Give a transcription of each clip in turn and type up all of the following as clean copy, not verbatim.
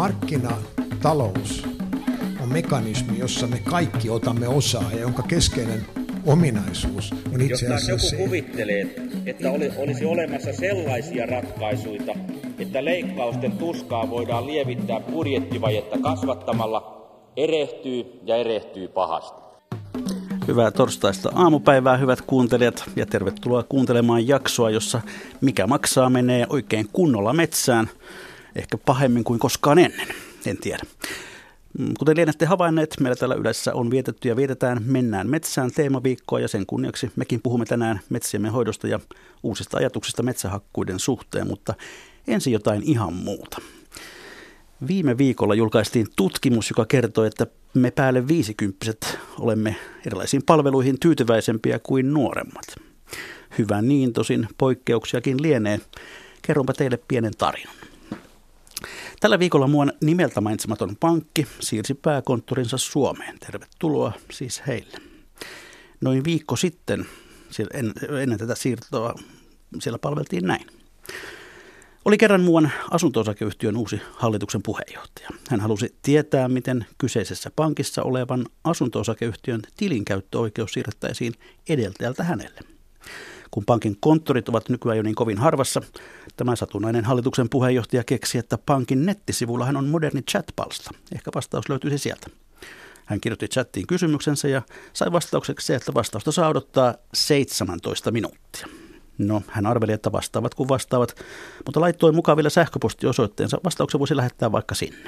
Markkinatalous on mekanismi, jossa me kaikki otamme osaa ja jonka keskeinen ominaisuus on itse asiassa jos joku kuvittelee, että olisi olemassa sellaisia ratkaisuja, että leikkausten tuskaa voidaan lievittää budjettivajetta kasvattamalla, erehtyy pahasti. Hyvää torstaista aamupäivää, hyvät kuuntelijat, ja tervetuloa kuuntelemaan jaksoa, jossa Mikä maksaa menee oikein kunnolla metsään, ehkä pahemmin kuin koskaan ennen, en tiedä. Kuten lienette havainneet, meillä täällä Ylessä on vietetty ja vietetään Mennään metsään -teemaviikkoa, ja sen kunniaksi mekin puhumme tänään metsiemme hoidosta ja uusista ajatuksista metsähakkuiden suhteen, mutta ensin jotain ihan muuta. Viime viikolla julkaistiin tutkimus, joka kertoo, että me päälle 50-vuotiaat olemme erilaisiin palveluihin tyytyväisempiä kuin nuoremmat. Hyvä niin, tosin poikkeuksiakin lienee. Kerronpa teille pienen tarinan. Tällä viikolla muuan nimeltä mainitsematon pankki siirsi pääkonttorinsa Suomeen. Tervetuloa siis heille. Noin viikko sitten, ennen tätä siirtoa, siellä palveltiin näin. Oli kerran muuan asunto-osakeyhtiön uusi hallituksen puheenjohtaja. Hän halusi tietää, miten kyseisessä pankissa olevan asunto-osakeyhtiön tilinkäyttöoikeus siirrettäisiin edeltäjältä hänelle. Kun pankin konttorit ovat nykyään jo niin kovin harvassa, tämä satunnainen hallituksen puheenjohtaja keksi, että pankin nettisivullahan on moderni chat-palsta. Ehkä vastaus löytyisi sieltä. Hän kirjoitti chattiin kysymyksensä ja sai vastaukseksi se, että vastausta saa odottaa 17 minuuttia. No, hän arveli, että vastaavat kun vastaavat, mutta laittoi mukaville sähköpostiosoitteensa. Vastauksen voisi lähettää vaikka sinne.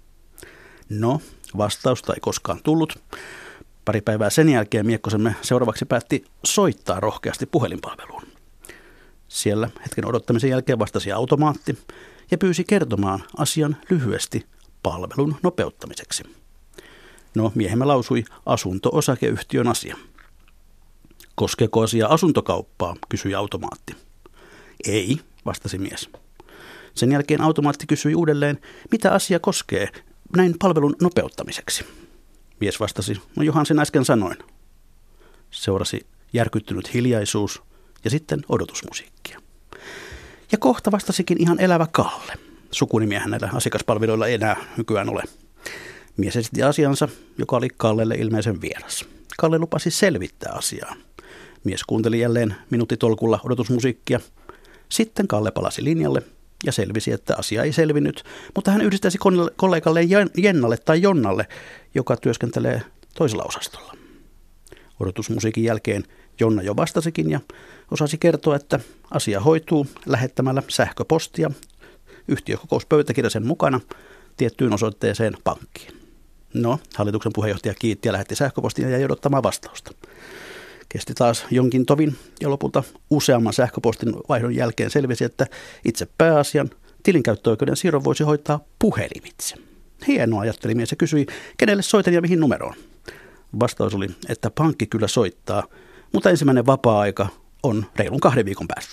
No, vastausta ei koskaan tullut. Pari päivää sen jälkeen Miekkosemme seuraavaksi päätti soittaa rohkeasti puhelinpalveluun. Siellä hetken odottamisen jälkeen vastasi automaatti ja pyysi kertomaan asian lyhyesti palvelun nopeuttamiseksi. No, miehemme lausui asunto-osakeyhtiön asia. Koskeeko asia asuntokauppaa, kysyi automaatti. Ei, vastasi mies. Sen jälkeen automaatti kysyi uudelleen, mitä asia koskee näin palvelun nopeuttamiseksi. Mies vastasi, no johan sen äsken sanoin. Seurasi järkyttynyt hiljaisuus ja sitten odotusmusiikkia. Ja kohta vastasikin ihan elävä Kalle. Sukunimiähän näillä asiakaspalveluilla ei enää nykyään ole. Mies esitti asiansa, joka oli Kallelle ilmeisen vieras. Kalle lupasi selvittää asiaa. Mies kuunteli jälleen minuuttitolkulla odotusmusiikkia. Sitten Kalle palasi linjalle ja selvisi, että asia ei selvinnyt, mutta hän yhdistäisi kollegalle Jennalle tai Jonnalle, joka työskentelee toisella osastolla. Odotusmusiikin jälkeen Jonna jo vastasikin ja osasi kertoa, että asia hoituu lähettämällä sähköpostia yhtiökokouspöytäkirja sen mukana tiettyyn osoitteeseen pankkiin. No, hallituksen puheenjohtaja kiitti ja lähetti sähköpostia ja jäi odottamaan vastausta. Kesti taas jonkin tovin ja lopulta useamman sähköpostin vaihdon jälkeen selvisi, että itse pääasian tilinkäyttöoikeuden siirron voisi hoitaa puhelimitse. Hienoa, ajatteli mies ja kysyi, kenelle soitan ja mihin numeroon. Vastaus oli, että pankki kyllä soittaa, mutta ensimmäinen vapaa-aika on reilun 2 viikon päästä.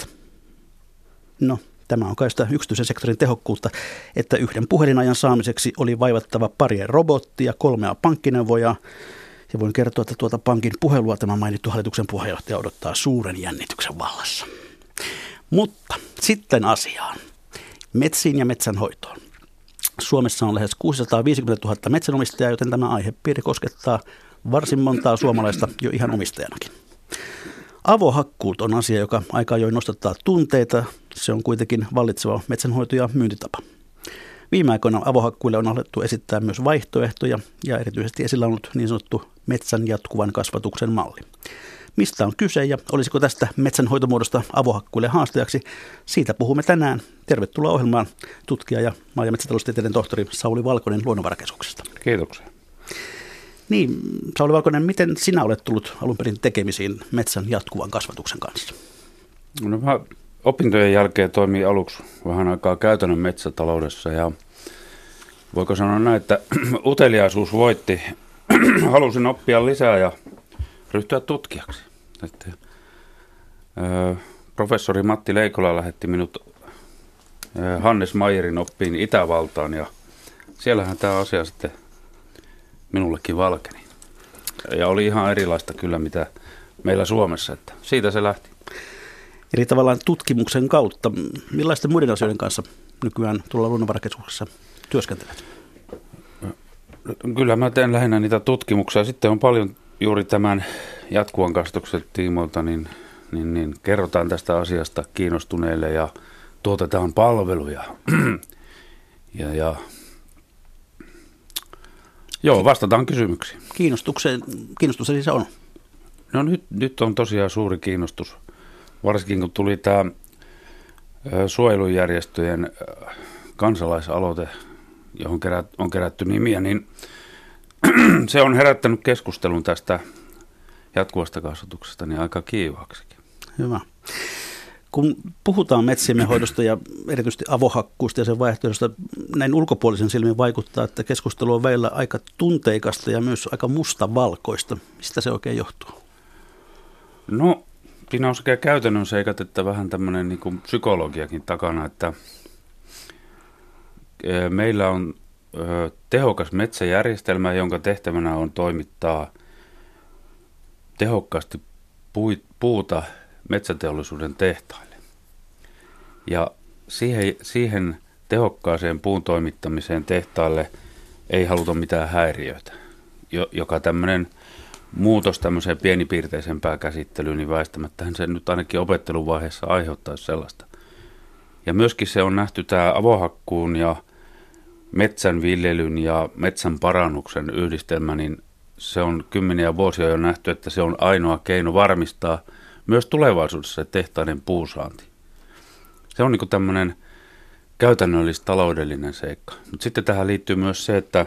No, tämä on kai sitä yksityisen sektorin tehokkuutta, että yhden puhelinajan saamiseksi oli vaivattava parien robottia, 3 pankkineuvojaa. Ja voin kertoa, että tuota pankin puhelua tämä mainittu hallituksen puheenjohtaja odottaa suuren jännityksen vallassa. Mutta sitten asiaan. Metsiin ja metsänhoitoon. Suomessa on lähes 650 000 metsänomistajaa, joten tämä aihepiiri koskettaa varsin montaa suomalaista jo ihan omistajanakin. Avohakkuut on asia, joka aika ajoin nostattaa tunteita. Se on kuitenkin vallitseva metsänhoito- ja myyntitapa. Viime aikoina avohakkuille on alettu esittää myös vaihtoehtoja ja erityisesti esillä on ollut niin sanottu metsän jatkuvan kasvatuksen malli. Mistä on kyse ja olisiko tästä metsänhoitomuodosta avohakkuille haastajaksi? Siitä puhumme tänään. Tervetuloa ohjelmaan tutkija ja maa- ja metsätaloustieteiden tohtori Sauli Valkonen Luonnonvarakeskuksesta. Kiitoksia. Niin, Sauli Valkonen, miten sinä olet tullut alun perin tekemisiin metsän jatkuvan kasvatuksen kanssa? No, mä opintojen jälkeen toimin aluksi vähän aikaa käytännön metsätaloudessa ja voiko sanoa näin, että uteliaisuus voitti. Halusin oppia lisää ja ryhtyä tutkijaksi. Professori Matti Leikola lähetti minut Hannes Maijerin oppiin Itävaltaan ja siellähän tämä asia sitten minullekin valkeni. Ja oli ihan erilaista kyllä mitä meillä Suomessa, että siitä se lähti. Eli tavallaan tutkimuksen kautta, millaisten muiden asioiden kanssa nykyään tuolla Luonnonvarakeskuksessa työskentelet? Kyllä mä teen lähinnä niitä tutkimuksia. Sitten on paljon juuri tämän jatkuvan kasvatuksen tiimoilta, niin kerrotaan tästä asiasta kiinnostuneille ja tuotetaan palveluja. Joo, vastataan kysymyksiin. Kiinnostukseni se on. No nyt on tosiaan suuri kiinnostus, varsinkin kun tuli tämä suojelujärjestöjen kansalaisaloite, johon on kerätty nimiä, niin se on herättänyt keskustelun tästä jatkuvasta kasvatuksesta niin aika kiivaaksikin. Hyvä. Kun puhutaan metsiemme hoidosta ja erityisesti avohakkuusta ja sen vaihtoehdosta, näin ulkopuolisen silmin vaikuttaa, että keskustelu on välillä aika tunteikasta ja myös aika mustavalkoista. Mistä se oikein johtuu? No, siinä on sekä käytännön seikat, että vähän tämmöinen niin kuin psykologiakin takana, että meillä on tehokas metsäjärjestelmä, jonka tehtävänä on toimittaa tehokkaasti puuta metsäteollisuuden tehtaille. Ja siihen tehokkaaseen puun toimittamiseen tehtaille ei haluta mitään häiriöitä, joka tämmöinen muutos tämmöiseen pienipiirteisempään käsittelyyn, niin väistämättähän se nyt ainakin opetteluvaiheessa aiheuttaisi sellaista. Ja myöskin se on nähty tämä avohakkuun ja metsän viljelyn ja metsän parannuksen yhdistelmä, niin se on kymmeniä vuosia jo nähty, että se on ainoa keino varmistaa myös tulevaisuudessa tehtaiden puusaanti. Se on niin kuin tämmöinen käytännöllis-taloudellinen seikka. Mutta sitten tähän liittyy myös se, että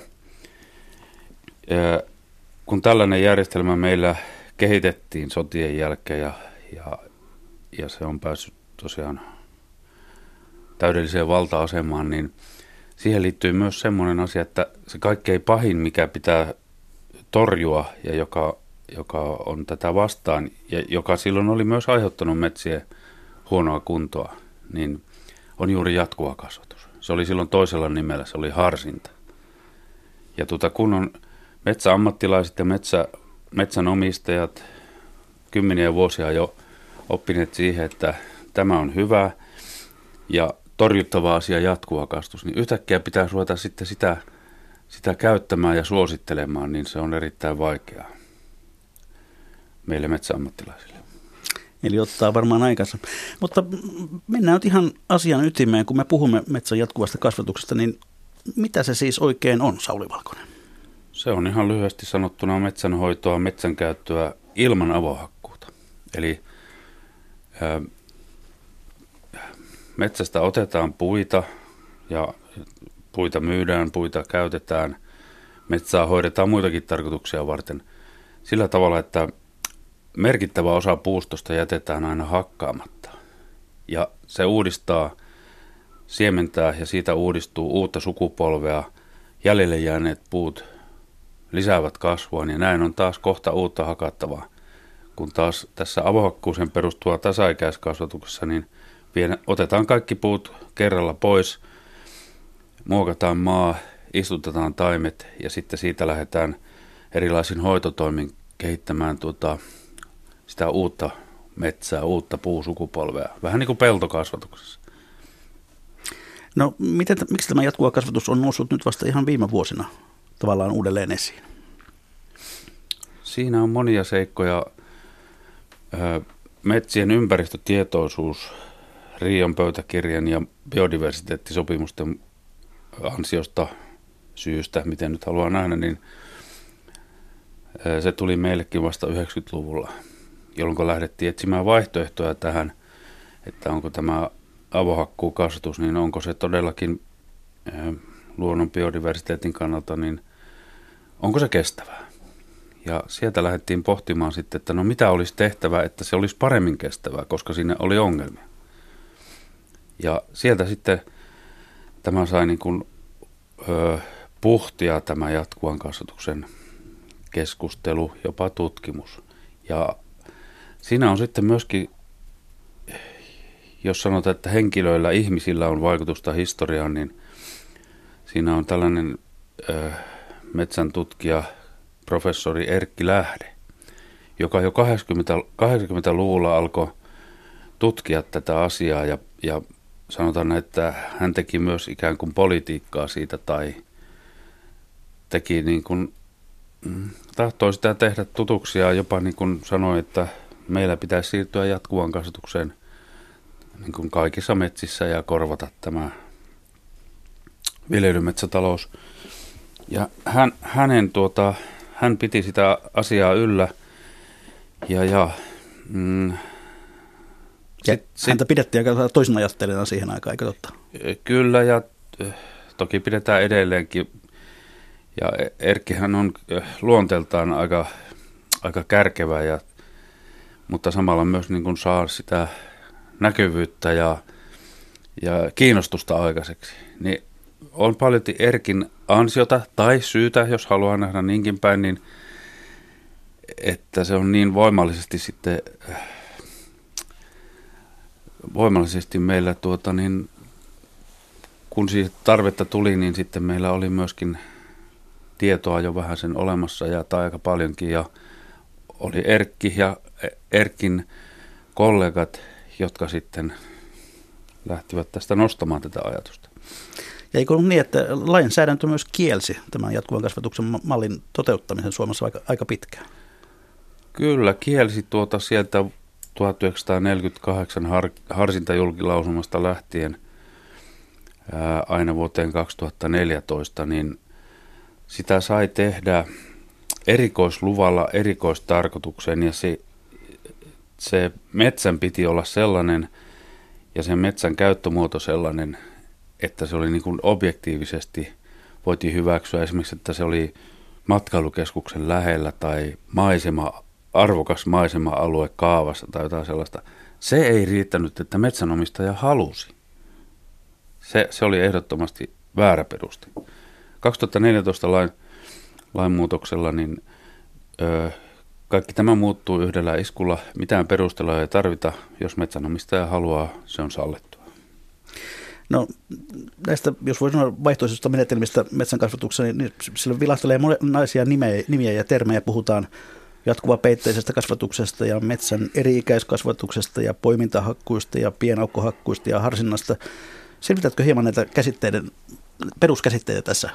kun tällainen järjestelmä meillä kehitettiin sotien jälkeen ja se on päässyt tosiaan täydelliseen valta-asemaan, niin siihen liittyy myös semmoinen asia, että se kaikkein pahin, mikä pitää torjua ja joka on tätä vastaan ja joka silloin oli myös aiheuttanut metsien huonoa kuntoa, niin on juuri jatkuva kasvatus. Se oli silloin toisella nimellä, se oli harsinta. Ja kun on metsäammattilaiset ja metsänomistajat kymmeniä vuosia jo oppineet siihen, että tämä on hyvä ja torjuttava asia jatkuva kasvatus, niin yhtäkkiä pitää ruveta sitten sitä käyttämään ja suosittelemaan, niin se on erittäin vaikeaa meille metsäammattilaisille. Eli ottaa varmaan aikansa. Mutta mennään nyt ihan asian ytimeen, kun me puhumme metsän jatkuvasta kasvatuksesta, niin mitä se siis oikein on, Sauli Valkonen? Se on ihan lyhyesti sanottuna metsänhoitoa, metsänkäyttöä ilman avohakkuuta. Eli metsästä otetaan puita ja puita myydään, puita käytetään, metsää hoidetaan muitakin tarkoituksia varten sillä tavalla, että merkittävä osa puustosta jätetään aina hakkaamatta. Ja se uudistaa, siementää ja siitä uudistuu uutta sukupolvea. Jäljelle jääneet puut lisäävät kasvua, niin näin on taas kohta uutta hakattavaa. Kun taas tässä avohakkuuseen perustuva tasaikäiskasvatuksessa, niin otetaan kaikki puut kerralla pois, muokataan maa, istutetaan taimet ja sitten siitä lähdetään erilaisin hoitotoimin kehittämään sitä uutta metsää, uutta puusukupolvea. Vähän niin kuin peltokasvatuksessa. No, miksi tämä jatkuva kasvatus on noussut nyt vasta ihan viime vuosina tavallaan uudelleen esiin? Siinä on monia seikkoja. Metsien ympäristötietoisuus Rion pöytäkirjan ja biodiversiteettisopimusten ansiosta, syystä, miten nyt haluaa nähdä, niin se tuli meillekin vasta 90-luvulla, jolloin lähdettiin etsimään vaihtoehtoja tähän, että onko tämä avohakkuukasvatus, niin onko se todellakin luonnon biodiversiteetin kannalta, niin onko se kestävää? Ja sieltä lähdettiin pohtimaan sitten, että no mitä olisi tehtävä, että se olisi paremmin kestävää, koska siinä oli ongelmia. Ja sieltä sitten tämä sai niin kuin, puhtia tämä jatkuvan kasvatuksen keskustelu, jopa tutkimus. Ja siinä on sitten myöskin, jos sanotaan, että henkilöillä, ihmisillä on vaikutusta historiaan, niin siinä on tällainen metsän tutkija, professori Erkki Lähde, joka jo 80-luvulla alkoi tutkia tätä asiaa ja sanotaan, että hän teki myös ikään kuin politiikkaa siitä tai teki niin kuin, tahtoi sitä tehdä tutuksi ja jopa niin kuin sanoi, että meillä pitäisi siirtyä jatkuvaan kasvatukseen niin kuin kaikissa metsissä ja korvata tämä viljelymetsätalous. Ja hän piti sitä asiaa yllä ja häntä pidettiin aika toisen ajattelijana siihen aikaan, eikö totta? Kyllä, ja toki pidetään edelleenkin. Ja Erkkihän on luonteeltaan aika kärkevä, mutta samalla myös niin kuin saa sitä näkyvyyttä ja kiinnostusta aikaiseksi. Niin on paljon Erkin ansiota tai syytä, jos haluaa nähdä niinkin päin, niin että se on niin voimallisesti meillä kun siihen tarvetta tuli, niin sitten meillä oli myöskin tietoa jo vähän sen olemassa tai aika paljonkin ja oli Erkki ja Erkin kollegat, jotka sitten lähtivät tästä nostamaan tätä ajatusta. Ja eikö ollut niin, että lainsäädäntö myös kielsi tämän jatkuvan kasvatuksen mallin toteuttamisen Suomessa aika pitkään? Kyllä, kielsi sieltä 1948 harsintajulkilausumasta lähtien aina vuoteen 2014, niin sitä sai tehdä erikoisluvalla erikoistarkoitukseen ja se metsän piti olla sellainen ja sen metsän käyttömuoto sellainen, että se oli niin kuin objektiivisesti voitiin hyväksyä esimerkiksi, että se oli matkailukeskuksen lähellä tai arvokas maisema-alue kaavassa tai jotain sellaista. Se ei riittänyt, että metsänomistaja halusi. Se oli ehdottomasti väärä peruste. 2014 lainmuutoksella niin kaikki tämä muuttuu yhdellä iskulla. Mitään perustelua ei tarvita. Jos metsänomistaja haluaa, se on sallittua. No näistä, jos voi sanoa vaihtoehtoisista menetelmistä metsänkasvatuksessa, niin sillä vilahtelee monenlaisia nimiä ja termejä. Puhutaan jatkuvapeitteisesta kasvatuksesta ja metsän eri-ikäiskasvatuksesta ja poimintahakkuista ja pienaukkohakkuista ja harsinnasta. Selvitätkö hieman näitä peruskäsitteitä tässä?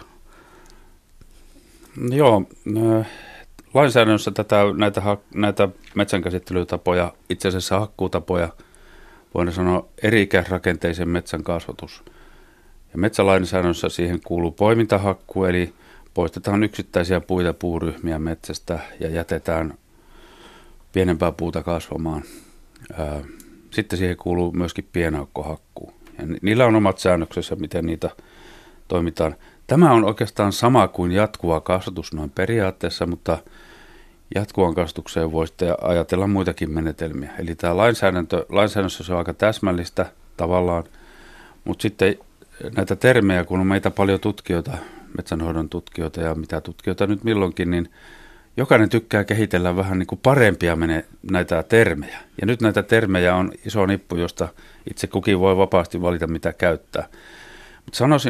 Joo, lainsäädännössä näitä metsänkäsittelytapoja, itse asiassa hakkuutapoja, voidaan sanoa eri-ikäisrakenteisen metsän kasvatus. Ja metsälainsäädännössä siihen kuuluu poimintahakkuu, eli poistetaan yksittäisiä puita puuryhmiä metsästä ja jätetään pienempää puuta kasvamaan. Sitten siihen kuuluu myöskin pienaukkohakkuu. Ja niillä on omat säännöksensä, miten niitä toimitaan. Tämä on oikeastaan sama kuin jatkuva kasvatus noin periaatteessa, mutta jatkuvan kasvatukseen voi sitten ajatella muitakin menetelmiä. Eli tämä lainsäädännössä se on aika täsmällistä tavallaan, mutta sitten näitä termejä, kun on meitä paljon tutkijoita, metsänhoidon tutkijoita ja mitä tutkijoita nyt milloinkin, niin jokainen tykkää kehitellä vähän niin kuin parempia näitä termejä. Ja nyt näitä termejä on iso nippu, josta itse kukin voi vapaasti valita, mitä käyttää. Mutta sanoisin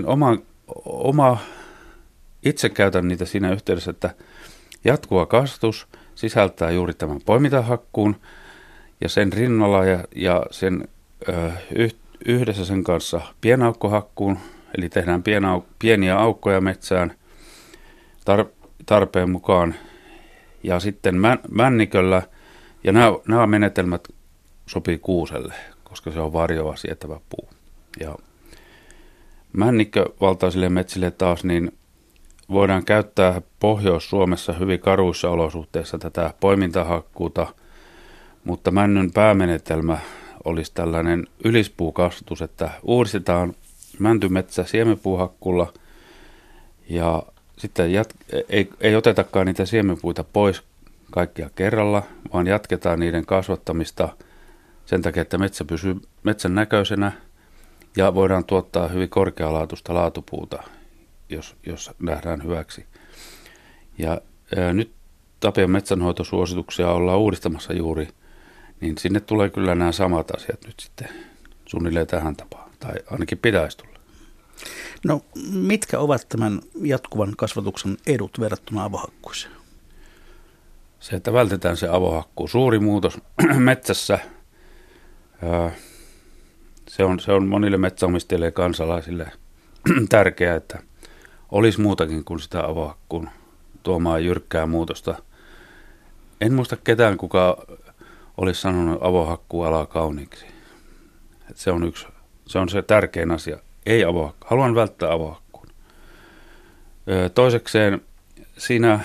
itse käytän niitä siinä yhteydessä, että jatkuva kasvatus sisältää juuri tämän poimintahakkuun ja sen rinnalla ja sen yhdessä sen kanssa pienaukkohakkuun, eli tehdään pieniä aukkoja metsään tarpeen mukaan. Ja sitten männiköllä, ja nämä menetelmät sopii kuuselle, koska se on varjoa sietävä puu. Ja männikkövaltaisille metsille taas, niin voidaan käyttää Pohjois-Suomessa hyvin karuissa olosuhteissa tätä poimintahakkuuta, mutta männyn päämenetelmä olisi tällainen ylispuukasvatus, että uudistetaan mäntymetsä siemenpuuhakkulla ja sitten ei otetakaan niitä siemenpuita pois kaikkia kerralla, vaan jatketaan niiden kasvattamista sen takia, että metsä pysyy metsän näköisenä ja voidaan tuottaa hyvin korkealaatuista laatupuuta, jos nähdään hyväksi. Ja nyt Tapion metsänhoitosuosituksia ollaan uudistamassa juuri, niin sinne tulee kyllä nämä samat asiat nyt sitten suunnilleen tähän tapaan, tai ainakin pitäisi tulla. No mitkä ovat tämän jatkuvan kasvatuksen edut verrattuna avohakkuiseen? Se, että vältetään se avohakkuu. Suuri muutos metsässä, Se on monille metsäomistajille ja kansalaisille tärkeää, että olisi muutakin kuin sitä avohakkuun tuomaan jyrkkää muutosta. En muista ketään, kuka olisi sanonut avohakkuualaa kauniiksi. Se on se tärkein asia. Ei avohakkuun. Haluan välttää avohakkuun. Toisekseen siinä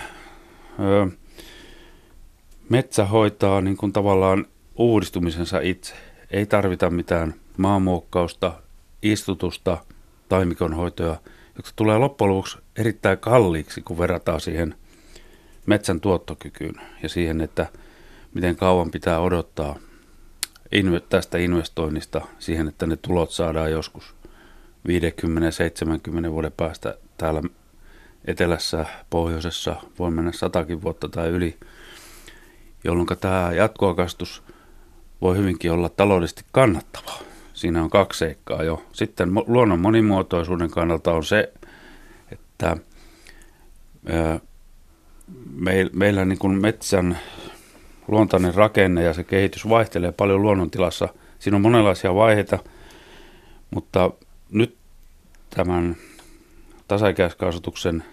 metsä hoitaa niin kuin tavallaan uudistumisensa itse. Ei tarvita mitään maanmuokkausta, istutusta, taimikonhoitoja, joka tulee loppujen lopuksi erittäin kalliiksi, kun verrataan siihen metsän tuottokykyyn ja siihen, että miten kauan pitää odottaa tästä investoinnista siihen, että ne tulot saadaan joskus 50-70 vuoden päästä täällä etelässä, pohjoisessa, voi mennä 100 vuotta tai yli, jolloin tämä jatkoakastus voi hyvinkin olla taloudellisesti kannattavaa. Siinä on 2 seikkaa jo. Sitten luonnon monimuotoisuuden kannalta on se, että meillä niin kuin metsän luontainen rakenne ja se kehitys vaihtelee paljon luonnontilassa. Siinä on monenlaisia vaiheita, mutta nyt tämän tasaikäiskasvatuksen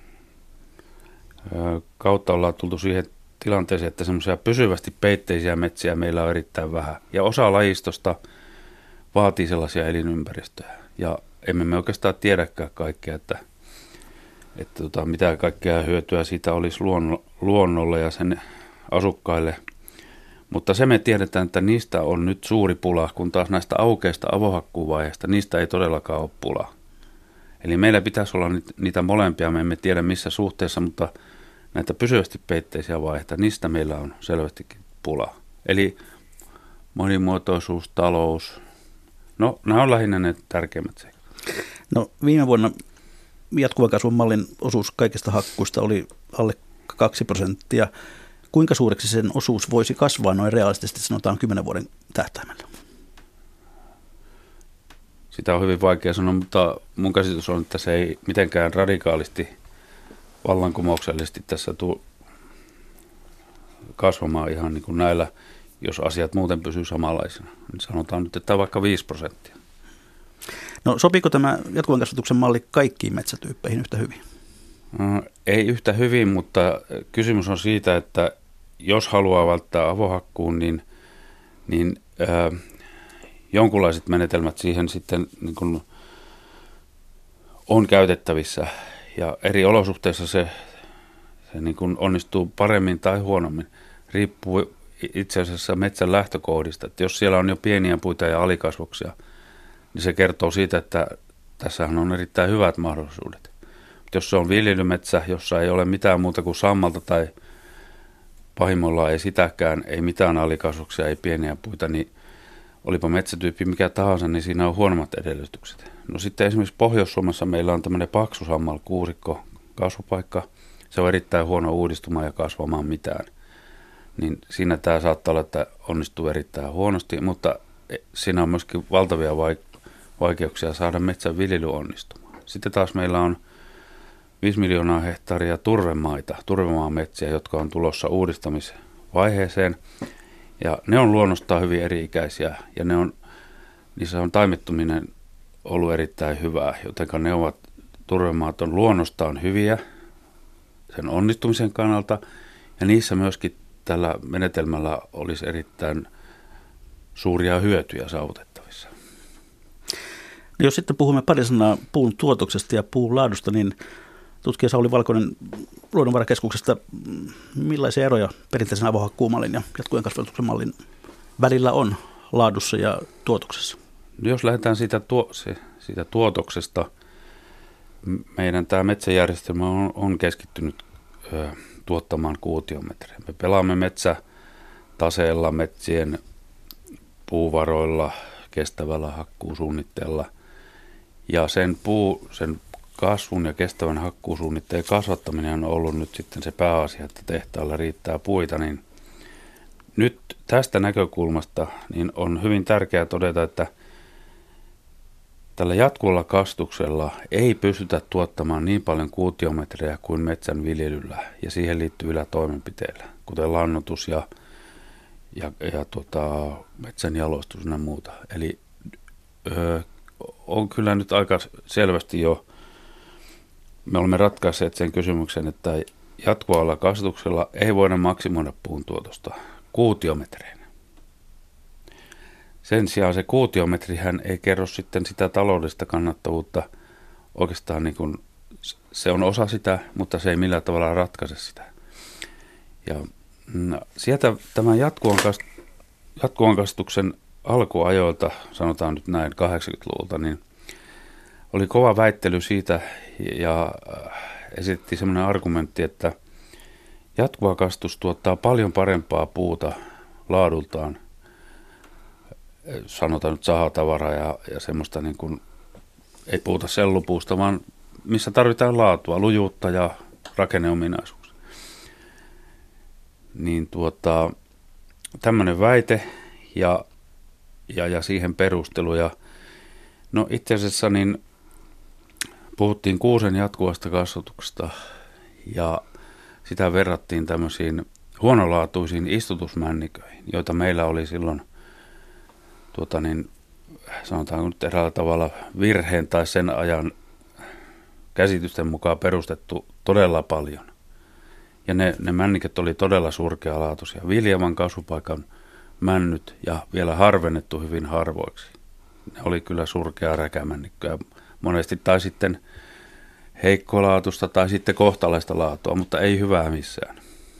kautta ollaan tultu siihen tilanteeseen, että semmoisia pysyvästi peitteisiä metsiä meillä on erittäin vähän. Ja osa lajistosta vaatii sellaisia elinympäristöjä. Ja emme me oikeastaan tiedäkään kaikkea, että mitä kaikkea hyötyä siitä olisi luonnolle ja sen asukkaille. Mutta se me tiedetään, että niistä on nyt suuri pula, kun taas näistä aukeista avohakkuuvaiheista, niistä ei todellakaan ole pula. Eli meillä pitäisi olla niitä molempia, me emme tiedä missä suhteessa, mutta näitä pysyvästi peitteisiä vaiheita, niistä meillä on selvästikin pula. Eli monimuotoisuus, talous, no nämä on lähinnä ne tärkeimmät seikat. No viime vuonna jatkuvan kasvun mallin osuus kaikista hakkuista oli alle 2%. Kuinka suureksi sen osuus voisi kasvaa noin realistisesti, sanotaan 10 vuoden tähtäimellä? Sitä on hyvin vaikea sanoa, mutta mun käsitys on, että se ei mitenkään radikaalisti, vallankumouksellisesti tässä tule kasvamaan ihan niin kuin näillä, jos asiat muuten pysyy samanlaisena. Niin sanotaan nyt, että vaikka 5%. No sopiiko tämä jatkuvan kasvatuksen malli kaikkiin metsätyyppeihin yhtä hyvin? Ei yhtä hyvin, mutta kysymys on siitä, että jos haluaa välttää avohakkuun, niin jonkunlaiset menetelmät siihen sitten niin kuin on käytettävissä. Ja eri olosuhteissa se niin kuin onnistuu paremmin tai huonommin. Riippuu itse asiassa metsän lähtökohdista. Että jos siellä on jo pieniä puita ja alikasvoksia, niin se kertoo siitä, että tässähän on erittäin hyvät mahdollisuudet. Mutta jos se on viljelymetsä, jossa ei ole mitään muuta kuin sammalta tai pahimmillaan ei sitäkään, ei mitään alikasvoksia, ei pieniä puita, niin olipa metsätyyppi mikä tahansa, niin siinä on huonommat edellytykset. No sitten esimerkiksi Pohjois-Suomessa meillä on tämmöinen paksu sammalkuusikko kasvupaikka. Se on erittäin huono uudistumaan ja kasvamaan mitään. Niin siinä tämä saattaa olla, että onnistuu erittäin huonosti, mutta siinä on myöskin valtavia vaikeuksia saada metsän viljely onnistumaan. Sitten taas meillä on 5 miljoonaa hehtaaria turvemaametsiä, jotka on tulossa uudistamisvaiheeseen. Ja ne on luonnostaan hyvin eri-ikäisiä ja niissä on taimettuminen ollut erittäin hyvää, joten turvemaat on luonnostaan hyviä sen onnistumisen kannalta ja niissä myöskin tällä menetelmällä olisi erittäin suuria hyötyjä saavutettavissa. No jos sitten puhumme pari sanaa puun tuotoksesta ja puun laadusta, niin tutkija Sauli Valkonen Luonnonvarakeskuksesta, millaisia eroja perinteisen avohakkuumallin ja jatkuvan kasvatuksen mallin välillä on laadussa ja tuotoksessa? No jos lähdetään siitä tuotoksesta, meidän tämä metsäjärjestelmä on keskittynyt tuottamaan kuutiometrejä. Me pelaamme metsätaseella, metsien puuvaroilla, kestävällä hakkuusuunnitteella ja sen kasvun ja kestävän hakkuusuunnitteen kasvattaminen on ollut nyt sitten se pääasia, että tehtaalla riittää puita, niin nyt tästä näkökulmasta niin on hyvin tärkeää todeta, että tällä jatkuvalla kastuksella ei pystytä tuottamaan niin paljon kuutiometrejä kuin metsän viljelyllä ja siihen liittyvillä toimenpiteillä, kuten lannoitus ja metsän jalostus ja muuta. Eli on kyllä nyt aika selvästi jo, me olemme ratkaisseet sen kysymyksen, että jatkuvalla kasvatuksella ei voida maksimoida puun tuotosta kuutiometreinä. Sen sijaan se kuutiometrihän ei kerro sitten sitä taloudellista kannattavuutta. Oikeastaan niin kuin, se on osa sitä, mutta se ei millään tavalla ratkaise sitä. Ja sieltä tämän jatkuvan kasvatuksen alkuajoilta, sanotaan nyt näin 80-luvulta, niin oli kova väittely siitä ja esitettiin sellainen argumentti, että jatkuva kasvatus tuottaa paljon parempaa puuta laadultaan, sanotaan nyt sahatavaraa ja semmoista niin kuin, ei puhuta sellupuusta, vaan missä tarvitaan laatua, lujuutta ja rakenneominaisuuksia. Niin tämmöinen väite ja siihen perustelu. Ja, no itse asiassa niin puhuttiin kuusen jatkuvasta kasvatuksesta ja sitä verrattiin tämmöisiin huonolaatuisiin istutusmänniköihin, joita meillä oli silloin sanotaanko nyt eräällä tavalla virheen tai sen ajan käsitysten mukaan perustettu todella paljon. Ja ne männiköt oli todella surkealaatuisia. Viljavan kasvupaikan männyt ja vielä harvennettu hyvin harvoiksi. Ne oli kyllä surkea räkämännikköä monesti, tai sitten heikkolaatusta tai sitten kohtalaista laatua, mutta ei hyvää missään.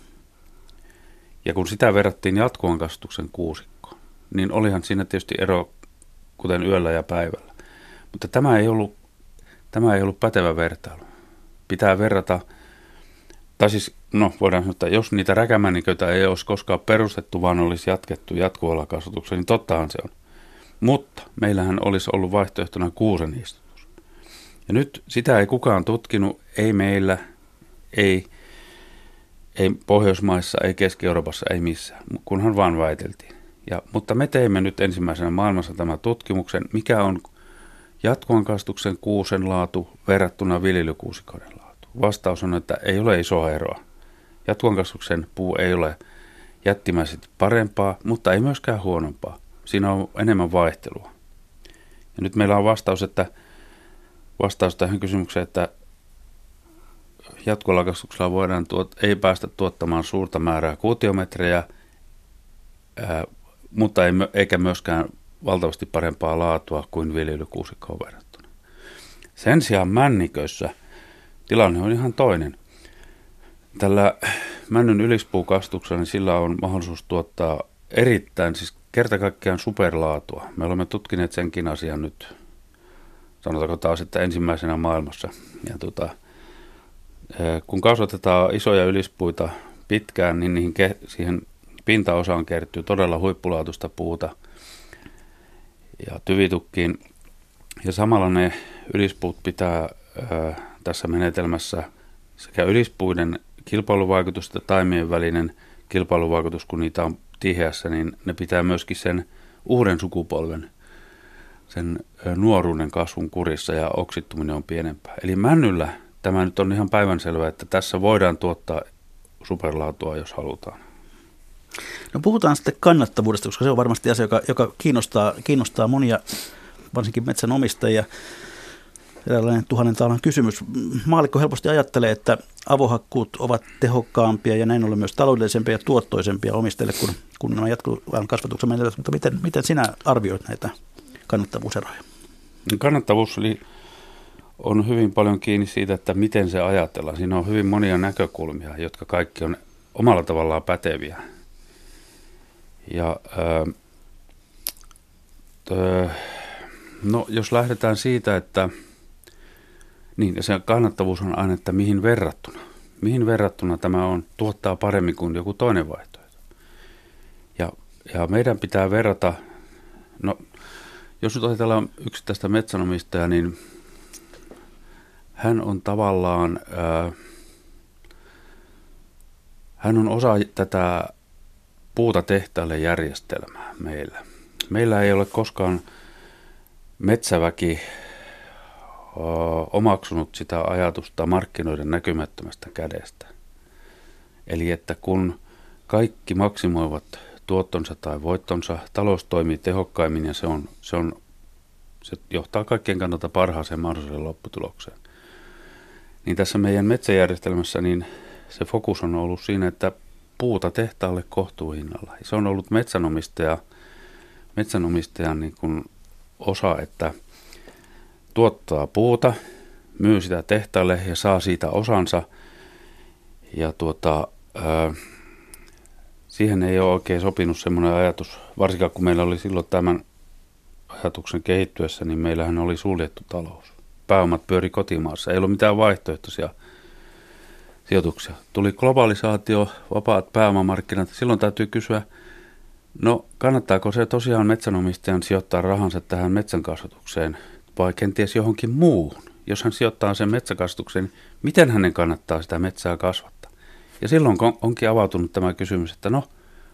Ja kun sitä verrattiin jatkuvan kasvatuksen kuusikkoon, niin olihan siinä tietysti ero kuten yöllä ja päivällä. Mutta tämä ei ollut pätevä vertailu. Pitää verrata, tai siis voidaan sanoa, että jos niitä räkämänniköitä ei olisi koskaan perustettu, vaan olisi jatkettu jatkuvalla kasvatuksella, niin tottahan se on. Mutta meillähän olisi ollut vaihtoehtona kuusen istutus. Ja nyt sitä ei kukaan tutkinut, ei meillä, ei Pohjoismaissa, ei Keski-Euroopassa, ei missään, kunhan vaan väiteltiin. Mutta me teimme nyt ensimmäisenä maailmassa tämän tutkimuksen, mikä on jatkuvan kasvatuksen kuusen laatu verrattuna viljelykuusikoiden laatu. Vastaus on, että ei ole isoa eroa. Jatkuvan kasvatuksen puu ei ole jättimäisesti parempaa, mutta ei myöskään huonompaa. Siinä on enemmän vaihtelua. Ja nyt meillä on vastaus tähän kysymykseen, että jatkuvalla kasvatuksella voidaan ei päästä tuottamaan suurta määrää kuutiometrejä, mutta eikä myöskään valtavasti parempaa laatua kuin viljelykuusikkoon verrattuna. Sen sijaan männiköissä tilanne on ihan toinen. Tällä männyn ylispuukastuksella niin sillä on mahdollisuus tuottaa erittäin, siis kerta kaikkiaan superlaatua. Me olemme tutkineet senkin asian nyt, sanotaanko taas, että ensimmäisenä maailmassa. Ja kun kasvatetaan isoja ylispuita pitkään, niin siihen pintaosaan kertyy todella huippulaatuista puuta ja tyvitukkiin. Ja samalla ne ylispuut pitää tässä menetelmässä sekä ylispuiden kilpailuvaikutus että taimien välinen kilpailuvaikutus, kun niitä on tiheässä, niin ne pitää myöskin sen uuden sukupolven, sen nuoruuden kasvun kurissa ja oksittuminen on pienempää. Eli männyllä tämä nyt on ihan päivänselvää, että tässä voidaan tuottaa superlaatua, jos halutaan. No puhutaan sitten kannattavuudesta, koska se on varmasti asia, joka kiinnostaa monia, varsinkin metsänomistajia. Eräänlainen 1000 taalan kysymys. Maallikko helposti ajattelee, että avohakkuut ovat tehokkaampia ja näin ollen myös taloudellisempia ja tuottoisempia omistajille kuin nämä jatkuvan kasvatuksen menetelmät. Mutta miten sinä arvioit näitä kannattavuuseroja? Kannattavuus on hyvin paljon kiinni siitä, että miten se ajatellaan. Siinä on hyvin monia näkökulmia, jotka kaikki on omalla tavallaan päteviä. Ja jos lähdetään siitä, että niin, ja se kannattavuus on aina, että mihin verrattuna. Mihin verrattuna tämä tuottaa paremmin kuin joku toinen vaihtoehto. Ja meidän pitää verrata, jos nyt ajatellaan yksittäistä metsänomistajaa, niin hän on tavallaan, hän on osa tätä puuta tehtaalle järjestelmää meillä. Meillä ei ole koskaan metsäväki omaksunut sitä ajatusta markkinoiden näkymättömästä kädestä. Eli että kun kaikki maksimoivat tuottonsa tai voittonsa, talous toimii tehokkaimmin ja se on Se johtaa kaikkien kannalta parhaaseen mahdolliseen lopputulokseen. Niin tässä meidän metsäjärjestelmässä niin se fokus on ollut siinä, että puuta tehtaalle kohtuuhinnalla. Ja se on ollut metsänomistajan niin kuin osa, että tuottaa puuta, myy sitä tehtaalle ja saa siitä osansa. Ja siihen ei ole oikein sopinut semmoinen ajatus, varsinkaan kun meillä oli silloin tämän ajatuksen kehittyessä, niin meillähän oli suljettu talous. Pääomat pyöri kotimaassa, ei ollut mitään vaihtoehtoisia sijoituksia. Tuli globalisaatio, vapaat pääomamarkkinat, silloin täytyy kysyä, no kannattaako se tosiaan metsänomistajan sijoittaa rahansa tähän metsänkasvatukseen vai kenties johonkin muuhun? Jos hän sijoittaa sen metsäkasvatukseen, miten hänen kannattaa sitä metsää kasvattaa? Ja silloin onkin avautunut tämä kysymys, että no,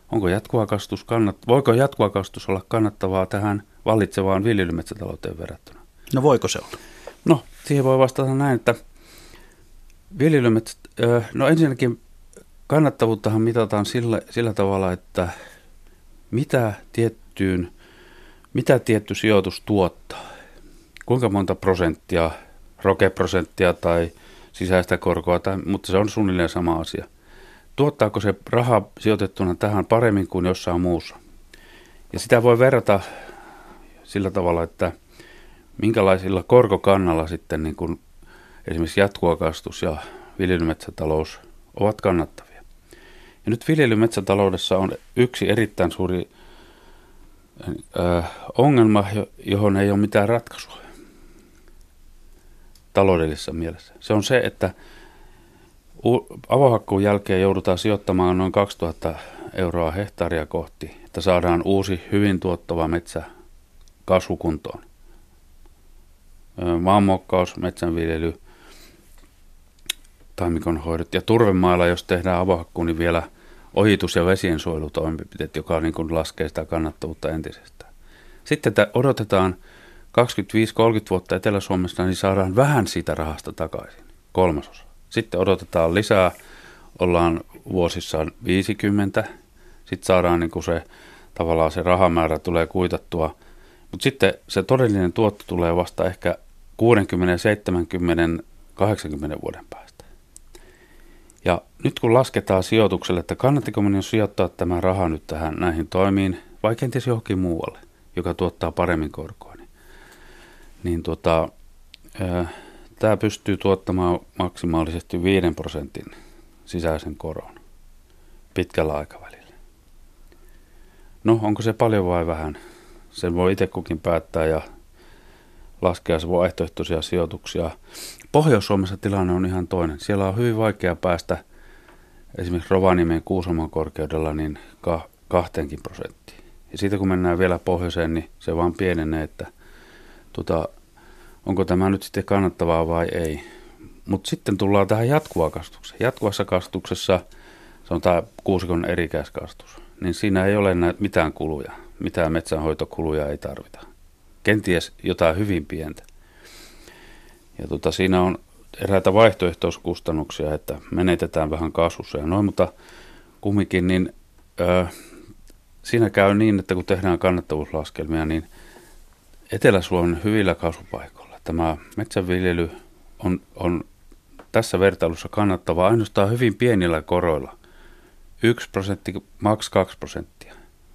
voiko jatkuva kasvatus olla kannattavaa tähän vallitsevaan viljelymetsätalouteen verrattuna? No voiko se olla? No, siihen voi vastata näin, että no ensinnäkin kannattavuuttahan mitataan sillä tavalla, että mitä tietty sijoitus tuottaa. Kuinka monta prosenttia, rokeprosenttia tai sisäistä korkoa, mutta se on suunnilleen sama asia. Tuottaako se raha sijoitettuna tähän paremmin kuin jossain muussa? Ja sitä voi verrata sillä tavalla, että minkälaisilla korkokannalla sitten niin kuin esimerkiksi jatkuva kasvatus ja viljelymetsätalous ovat kannattavia. Ja nyt viljelymetsätaloudessa on yksi erittäin suuri ongelma, johon ei ole mitään ratkaisua taloudellisessa mielessä. Se on se, että avohakkuun jälkeen joudutaan sijoittamaan noin 2000 € hehtaaria kohti, että saadaan uusi hyvin tuottava metsä kasvukuntoon. Maanmuokkaus, metsänviljely, taimikonhoidot ja turvemailla, jos tehdään avohakkuun, niin vielä ojitus- ja vesiensuojelutoimenpiteet, joka niin kuin laskee sitä kannattavuutta entisestään. Sitten odotetaan 25-30 vuotta Etelä-Suomessa, niin saadaan vähän siitä rahasta takaisin, 1/3. Sitten odotetaan lisää, ollaan vuosissaan 50, sitten saadaan niin kuin tavallaan se rahamäärä tulee kuitattua, mutta sitten se todellinen tuotto tulee vasta ehkä 60, 70, 80 vuoden päästä. Ja nyt kun lasketaan sijoitukselle, että kannattiko minun sijoittaa tämä raha nyt näihin toimiin, vai kenties johonkin muualle, joka tuottaa paremmin korkoa, niin tämä pystyy tuottamaan maksimaalisesti 5% sisäisen koron pitkällä aikavälillä. No, onko se paljon vai vähän? Sen voi itse kukin päättää ja laskea vaihtoehtoisia sijoituksia. Pohjois-Suomessa tilanne on ihan toinen. Siellä on hyvin vaikea päästä esimerkiksi Rovaniemen Kuusamon korkeudella niin 2%. Ja siitä kun mennään vielä pohjoiseen, niin se vaan pienenee, että onko tämä nyt sitten kannattavaa vai ei. Mutta sitten tullaan tähän jatkuvaan kastukseen. Jatkuvassa kastuksessa, se on tämä kuusikon erikäiskastus, niin siinä ei ole mitään kuluja, mitään metsänhoitokuluja ei tarvita. Kenties jotain hyvin pientä. Ja siinä on eräitä vaihtoehtoiskustannuksia, että menetetään vähän kasvussa ja noin, mutta kumminkin niin siinä käy niin, että kun tehdään kannattavuuslaskelmia, niin Etelä-Suomen hyvillä kasvupaikoilla tämä metsänviljely on tässä vertailussa kannattavaa ainoastaan hyvin pienillä koroilla. 1%, maks 2%.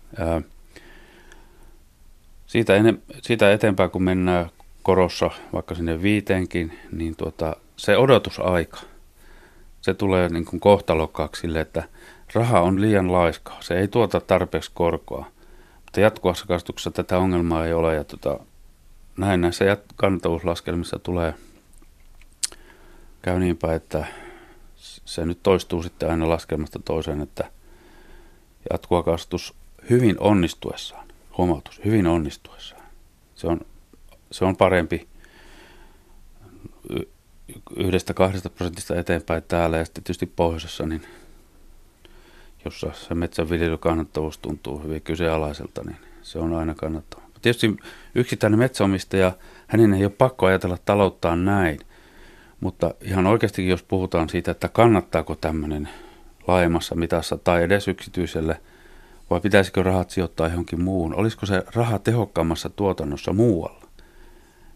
Siitä eteenpäin, kun mennään korossa vaikka sinne 5:kin, niin se odotusaika, se tulee niin kuin kohtalokkaaksi sille, että raha on liian laiskaa. Se ei tuota tarpeeksi korkoa. Mutta jatkuvassa kastuksessa tätä ongelmaa ei ole. Ja näin näissä kannattavuuslaskelmissa käy niin päin, että se nyt toistuu sitten aina laskelmasta toiseen, että jatkuva kasvatus hyvin onnistuessaan, huomautus, hyvin onnistuessaan, se on parempi 1-2% eteenpäin täällä ja sitten tietysti pohjoisessa, niin jossa se metsänviljelyn kannattavuus tuntuu hyvin kyseenalaiselta, niin se on aina kannattavaa. Tietysti yksittäinen metsäomistaja, hänen ei ole pakko ajatella talouttaan näin, mutta ihan oikeastikin jos puhutaan siitä, että kannattaako tämmöinen laajemmassa mitassa tai edes yksityiselle, vai pitäisikö rahat sijoittaa johonkin muuhun, olisiko se raha tehokkaammassa tuotannossa muualla,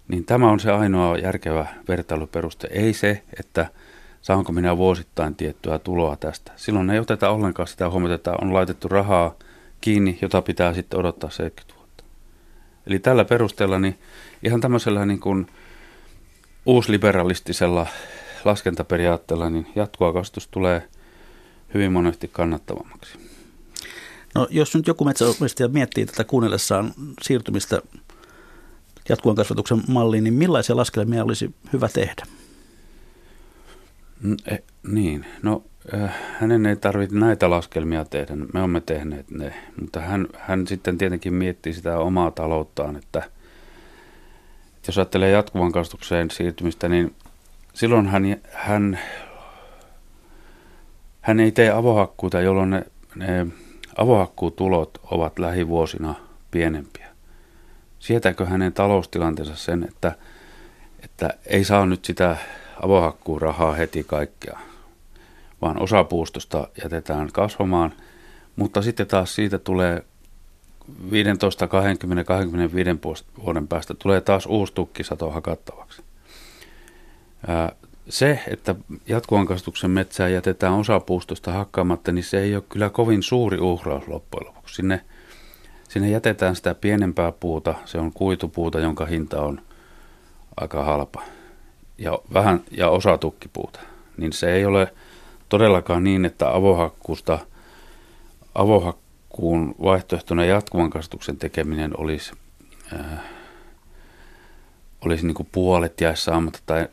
niin tämä on se ainoa järkevä vertailuperuste. Ei se, että saanko minä vuosittain tiettyä tuloa tästä. Silloin ei oteta ollenkaan sitä huomiota, että on laitettu rahaa kiinni, jota pitää sitten odottaa 70 vuotta. Eli tällä perusteella niin ihan tämmöisellä niin kuin uusliberalistisella laskentaperiaatteella niin jatkuva kasvatus tulee hyvin monesti kannattavammaksi. No, jos nyt joku metsänomistaja miettii tätä kuunnellessaan siirtymistä jatkuvan kasvatuksen malliin, niin millaisia laskelmia olisi hyvä tehdä? Hänen ei tarvitse näitä laskelmia tehdä. Me olemme tehneet ne, mutta hän sitten tietenkin miettii sitä omaa talouttaan, että jos ajattelee jatkuvan kasvatukseen siirtymistä, niin silloin hän ei tee avohakkuuta, jolloin ne avohakkuutulot ovat lähivuosina pienempiä. Sietääkö hänen taloustilanteensa sen, että ei saa nyt sitä avohakkuurahaa heti kaikkea, vaan osa puustosta jätetään kasvamaan, mutta sitten taas siitä tulee 15, 20, 25 vuoden päästä tulee taas uusi tukkisato hakattavaksi. Se, että jatkuvan kasvatuksen metsää jätetään osa puustosta hakkaamatta, niin se ei ole kyllä kovin suuri uhraus loppujen lopuksi. Sinne jätetään sitä pienempää puuta, se on kuitupuuta, jonka hinta on aika halpa, ja osa tukkipuuta. Niin se ei ole todellakaan niin, että avohakkuun vaihtoehtona jatkuvan kasvatuksen tekeminen olisi niin kuin puolet jäisi saamatta. Tai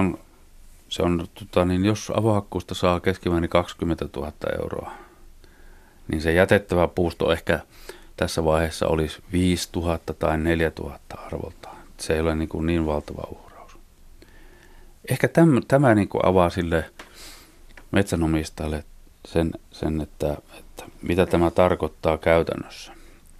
jos avohakkuusta saa keskimäärin 20 000 euroa, niin se jätettävä puusto ehkä tässä vaiheessa olisi 5 000 tai 4 000 arvoltaan. Se ei ole niin valtava uhraus. Ehkä tämä niin kuin avaa sille metsänomistajalle sen että mitä tämä tarkoittaa käytännössä.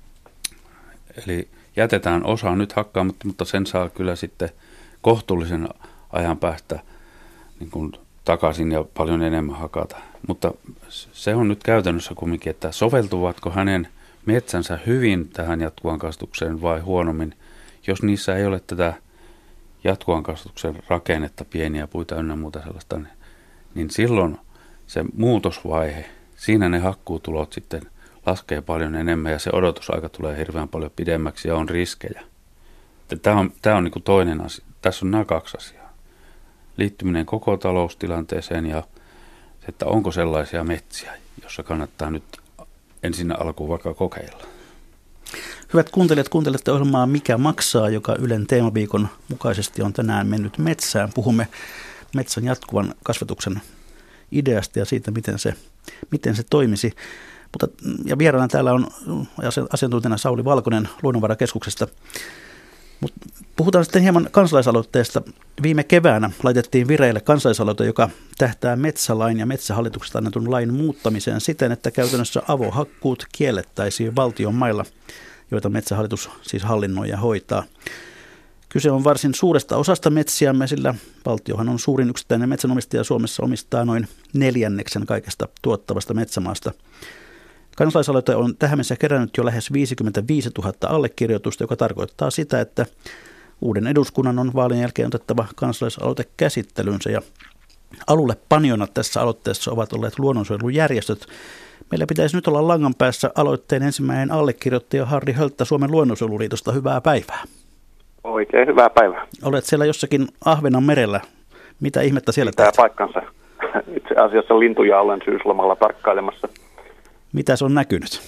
Eli jätetään osa nyt hakkaamatta, mutta sen saa kyllä sitten kohtuullisen ajan päästä niin kuin takaisin ja paljon enemmän hakata. Mutta se on nyt käytännössä kumminkin, että soveltuvatko hänen metsänsä hyvin tähän jatkuvan kasvatukseen vai huonommin, jos niissä ei ole tätä jatkuvan kasvatuksen rakennetta, pieniä puita ynnä muuta sellaista, niin silloin se muutosvaihe, siinä ne hakkuutulot sitten laskee paljon enemmän ja se odotusaika tulee hirveän paljon pidemmäksi ja on riskejä. Tämä on niin kuin toinen asia. Tässä on nämä kaksi asiaa. Liittyminen koko taloustilanteeseen ja se, että onko sellaisia metsiä, jossa kannattaa nyt ensin alkuun vaikka kokeilla. Hyvät kuuntelijat, kuuntelette ohjelmaa Mikä maksaa, joka Ylen teemaviikon mukaisesti on tänään mennyt metsään. Puhumme metsän jatkuvan kasvatuksen ideasta ja siitä, miten se toimisi. Ja vieraana täällä on asiantuntijana Sauli Valkonen Luonnonvarakeskuksesta. Mutta puhutaan sitten hieman kansalaisaloitteesta. Viime keväänä laitettiin vireille kansalaisaloite, joka tähtää metsälain ja metsähallituksesta annetun lain muuttamiseen siten, että käytännössä avohakkuut kiellettäisiin valtion mailla, joita Metsähallitus siis hallinnoi ja hoitaa. Kyse on varsin suuresta osasta metsiämme, sillä valtiohan on suurin yksittäinen metsänomistaja Suomessa, omistaa noin 1/4 kaikesta tuottavasta metsämaasta. Kansalaisaloite on tähän mennessä kerännyt jo lähes 55 000 allekirjoitusta, joka tarkoittaa sitä, että uuden eduskunnan on vaalien jälkeen otettava kansalaisaloite käsittelynsä. Ja alulle paniona tässä aloitteessa ovat olleet luonnonsuojelujärjestöt. Meillä pitäisi nyt olla langan päässä aloitteen ensimmäinen allekirjoittaja Harri Hölttä Suomen luonnonsuojeluliitosta. Hyvää päivää. Oikein hyvää päivää. Olet siellä jossakin Ahvenanmerellä. Mitä ihmettä siellä teet? teet? Paikkansa. Itse asiassa lintuja olen syyslomalla tarkkailemassa. Mitä se on näkynyt?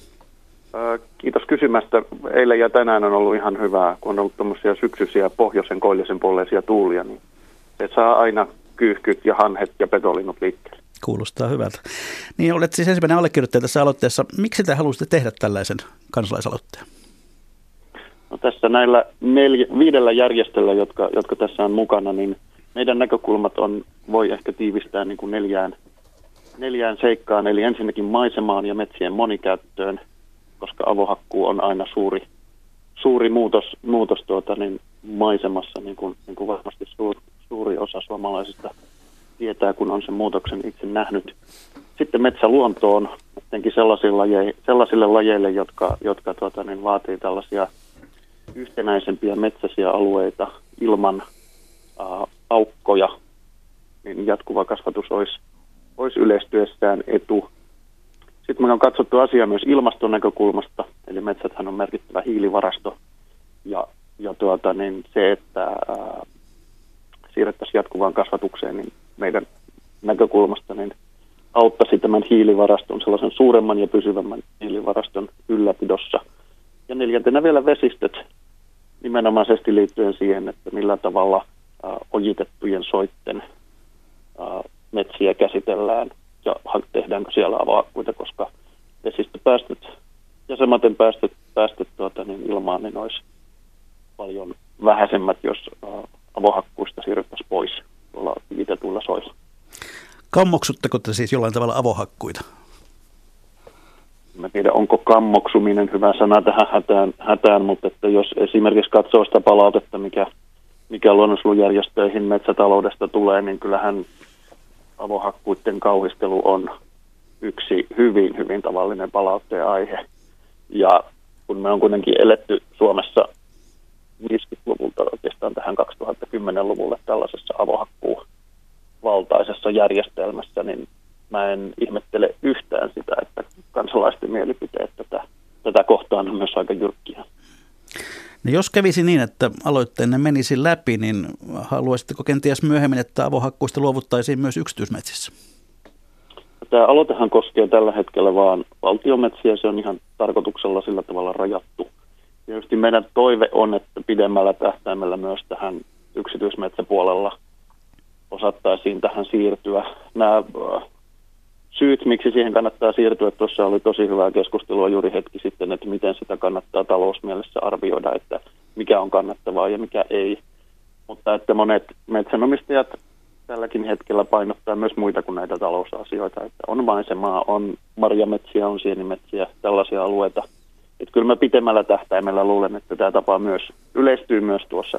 Kiitos kysymästä. Eilen ja tänään on ollut ihan hyvää, kun on ollut tämmöisiä syksyisiä pohjoisen koillisen puoleisia tuulia, niin se saa aina kyyhkyt ja hanhet ja petolinnut liikkeelle. Kuulostaa hyvältä. Niin olet siis ensimmäinen allekirjoittaja tässä aloitteessa. Miksi te haluaisitte tehdä tällaisen kansalaisaloitteen? No tässä näillä 5 järjestöllä, jotka tässä on mukana, niin meidän näkökulmat voi ehkä tiivistää niin kuin 4 seikkaan, eli ensinnäkin maisemaan ja metsien monikäyttöön, koska avohakkuu on aina suuri muutos maisemassa, niin kuin varmasti suuri osa suomalaisista tietää, kun on sen muutoksen itse nähnyt. Sitten metsäluontoon, etenkin sellaisille lajeille, jotka vaatii tällaisia yhtenäisempiä metsäisiä alueita ilman aukkoja, niin jatkuva kasvatus olisi yleistyessään etu. Sitten me on katsottu asiaa myös ilmaston näkökulmasta, eli metsäthän on merkittävä hiilivarasto, ja se, että siirrettäisiin jatkuvaan kasvatukseen, niin meidän näkökulmasta niin auttaisi tämän hiilivaraston, sellaisen suuremman ja pysyvämmän hiilivaraston ylläpidossa. Ja 4. vielä vesistöt, nimenomaisesti liittyen siihen, että millä tavalla ojitettujen soitten metsiä käsitellään ja tehdäänkö siellä avohakkuita, koska vesistöpäästöt ja samaten päästöt ilmaan niin olisi paljon vähäisemmät, jos avohakkuista siirryttäisiin pois tuolla ojitetuilla soilla. Kammoksutteko te siis jollain tavalla avohakkuita? Mä tiedän, onko kammoksuminen hyvä sana tähän hätään, mutta että jos esimerkiksi katsoo sitä palautetta, mikä luonnonsuojelujärjestöihin metsätaloudesta tulee, niin kyllähän avohakkuiden kauhistelu on yksi hyvin, hyvin tavallinen palautteen aihe. Ja kun me on kuitenkin eletty Suomessa 50-luvulta oikeastaan tähän 2010-luvulle tällaisessa avohakkuuvaltaisessa järjestelmässä, niin mä en ihmettele yhtään sitä, että kansalaisten mielipiteet tätä kohtaan on myös aika jyrkkiä. No jos kävisi niin, että aloitteenne menisi läpi, niin haluaisitteko kenties myöhemmin, että avohakkuista luovuttaisiin myös yksityismetsissä? Tämä aloitehan koskee tällä hetkellä vaan valtionmetsiä, se on ihan tarkoituksella sillä tavalla rajattu. Tietysti meidän toive on, että pidemmällä tähtäimellä myös tähän yksityismetsäpuolella osattaisiin tähän siirtyä. Nämä syyt, miksi siihen kannattaa siirtyä, tuossa oli tosi hyvää keskustelua juuri hetki sitten, että miten sitä kannattaa talousmielessä arvioida, että mikä on kannattavaa ja mikä ei. Mutta että monet metsänomistajat tälläkin hetkellä painottaa myös muita kuin näitä talousasioita, että on maisemaa, on marjametsiä, on sienimetsiä, tällaisia alueita. Että kyllä mä pitemmällä tähtäimellä luulen, että tämä tapa myös yleistyy myös tuossa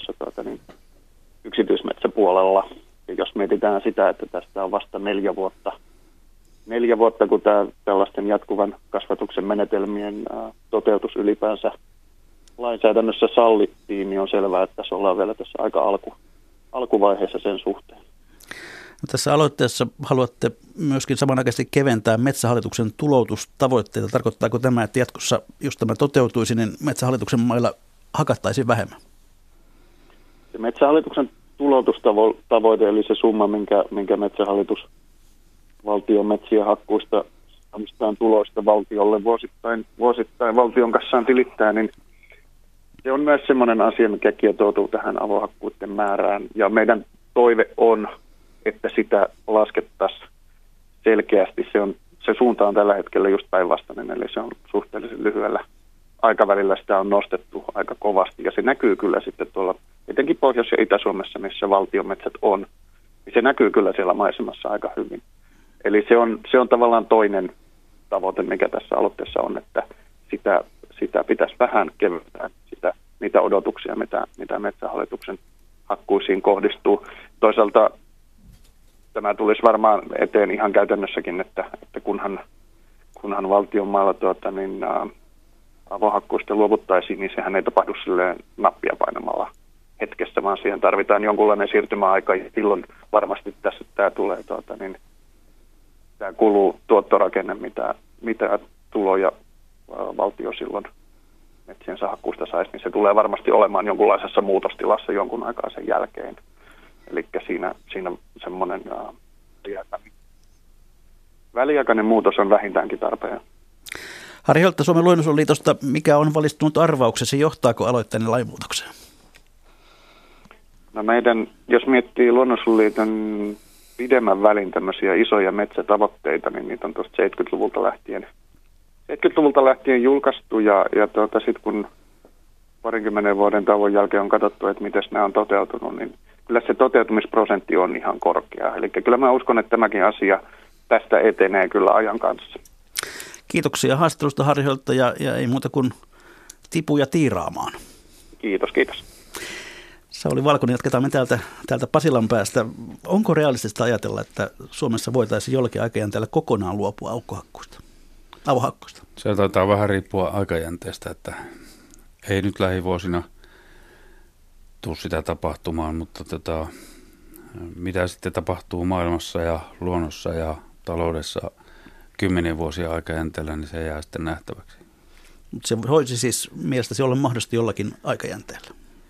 yksityismetsäpuolella. Ja jos mietitään sitä, että tästä on vasta 4 vuotta, kun tällaisten jatkuvan kasvatuksen menetelmien toteutus ylipäänsä lainsäädännössä sallittiin, niin on selvää, että tässä ollaan vielä tässä aika alkuvaiheessa sen suhteen. No, tässä aloitteessa haluatte myöskin samanaikaisesti keventää Metsähallituksen tuloutustavoitteita. Tarkoittaako tämä, että jatkossa, jos tämä toteutuisi, niin Metsähallituksen mailla hakattaisiin vähemmän? Se Metsähallituksen tuloutustavoite, eli se summa, minkä Metsähallitus valtion metsien hakkuista omistaan tuloista valtiolle vuosittain valtion kassaan tilittää, niin se on myös semmoinen asia, mikä kietoutuu tähän avohakkuiden määrään. Ja meidän toive on, että sitä laskettaisiin selkeästi. Se suunta on tällä hetkellä just päinvastainen, eli se on suhteellisen lyhyellä aikavälillä sitä on nostettu aika kovasti. Ja se näkyy kyllä sitten tuolla, etenkin Pohjois- ja Itä-Suomessa, missä valtion metsät on, niin se näkyy kyllä siellä maisemassa aika hyvin. Eli se on tavallaan toinen tavoite, mikä tässä aloitteessa on, että sitä pitäisi vähän keventää, niitä odotuksia, mitä Metsähallituksen hakkuisiin kohdistuu. Toisaalta tämä tulisi varmaan eteen ihan käytännössäkin, että kunhan valtion maalla avohakkuista luovuttaisiin, niin sehän ei tapahdu silleen nappia painamalla hetkessä, vaan siihen tarvitaan jonkunlainen siirtymäaika, ja silloin varmasti tässä tämä tulee tämä kuluu tuottorakenne, mitä tuloja valtio silloin metsiensä hakkuista saisi, niin se tulee varmasti olemaan jonkunlaisessa muutostilassa jonkun aikaa sen jälkeen. Eli siinä semmoinen väliaikainen muutos on vähintäänkin tarpeen. Harri Hölttä Suomen luonnonsuojeluliitosta, mikä on valistunut arvauksesi, johtaako aloitteinen lainmuutokseen? No jos miettii Luonnonsuojeluliiton pidemmän välin tämmöisiä isoja metsätavoitteita, niin niitä on tuosta 70-luvulta lähtien julkaistu, ja sitten kun 20 vuoden tauon jälkeen on katsottu, että miten nämä on toteutunut, niin kyllä se toteutumisprosentti on ihan korkea. Eli kyllä mä uskon, että tämäkin asia tästä etenee kyllä ajan kanssa. Kiitoksia haastattelusta, Harri Hölttä, ja ei muuta kuin tipuja tiiraamaan. Kiitos. Sauli Valkonen, jatketaan me täältä Pasilan päästä. Onko realistista ajatella, että Suomessa voitaisiin jollakin aikajänteellä kokonaan luopua avohakkuista? Se taitaa vähän riippua aikajänteestä, että ei nyt lähivuosina tule sitä tapahtumaan, mutta mitä sitten tapahtuu maailmassa ja luonnossa ja taloudessa 10 vuosia aikajänteellä, niin se jää sitten nähtäväksi. Mutta se voisi siis mielestäsi olla mahdollisesti jollakin aikajänteellä?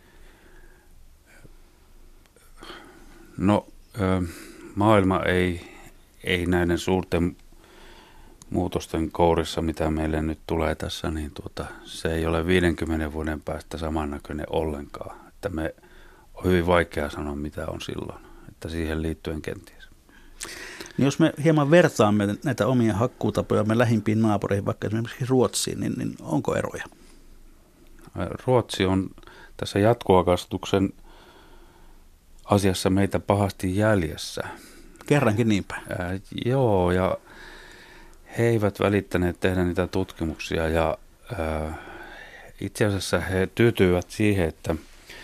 No, maailma ei näiden suurten muutosten kourissa, mitä meille nyt tulee tässä, niin se ei ole 50 vuoden päästä samannäköinen ollenkaan. Että on hyvin vaikea sanoa, mitä on silloin, että siihen liittyen kenties. Niin jos me hieman vertaamme näitä omia hakkuutapojamme lähimpiin naapureihin, vaikka esimerkiksi Ruotsiin, niin onko eroja? Ruotsi on tässä jatkuvakasvatuksen asiassa meitä pahasti jäljessä. Kerrankin niin päin. Joo, ja he eivät välittäneet tehdä niitä tutkimuksia ja itse asiassa he tyytyivät siihen, että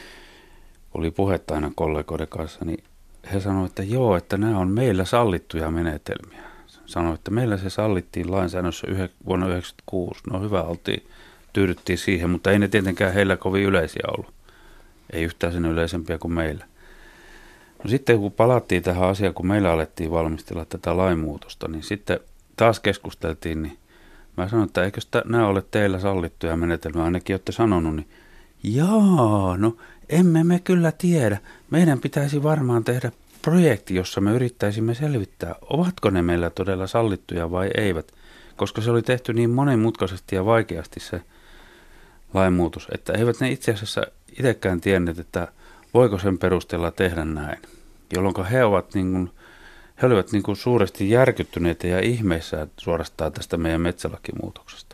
oli puhetta aina kollegoiden kanssa, niin he sanoivat, että joo, että nämä on meillä sallittuja menetelmiä. Sanoivat, että meillä se sallittiin lainsäädännössä vuonna 1996. No hyvä, tyydyttiin siihen, mutta ei ne tietenkään heillä kovin yleisiä ollut. Ei yhtään sen yleisempiä kuin meillä. No sitten kun palattiin tähän asiaan, kun meillä alettiin valmistella tätä lainmuutosta, niin sitten taas keskusteltiin, niin mä sanoin, että eikö nämä ole teillä sallittuja menetelmiä, ainakin olette sanonut, niin jaa, no emme me kyllä tiedä. Meidän pitäisi varmaan tehdä projekti, jossa me yrittäisimme selvittää, ovatko ne meillä todella sallittuja vai eivät, koska se oli tehty niin monimutkaisesti ja vaikeasti se lainmuutos, että eivät ne itse asiassa itsekään tienneet, että voiko sen perusteella tehdä näin, jolloin he olivat niin kuin suuresti järkyttyneitä ja ihmeissään suorastaan tästä meidän metsälakimuutoksesta.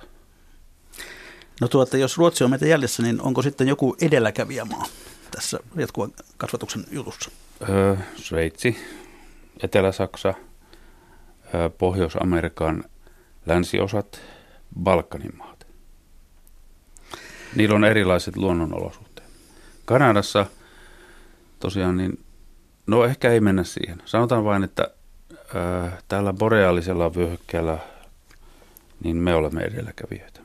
No jos Ruotsi on meitä jäljessä, niin onko sitten joku edelläkävijämaa tässä jatkuvan kasvatuksen jutussa? Sveitsi, Etelä-Saksa, Pohjois-Amerikan länsiosat, Balkanin maat. Niillä on erilaiset luonnonolosuhteet. Kanadassa tosiaan, niin, no ehkä ei mennä siihen. Sanotaan vain, että täällä boreaalisella vyöhykkeellä niin me olemme edelläkävijöitä.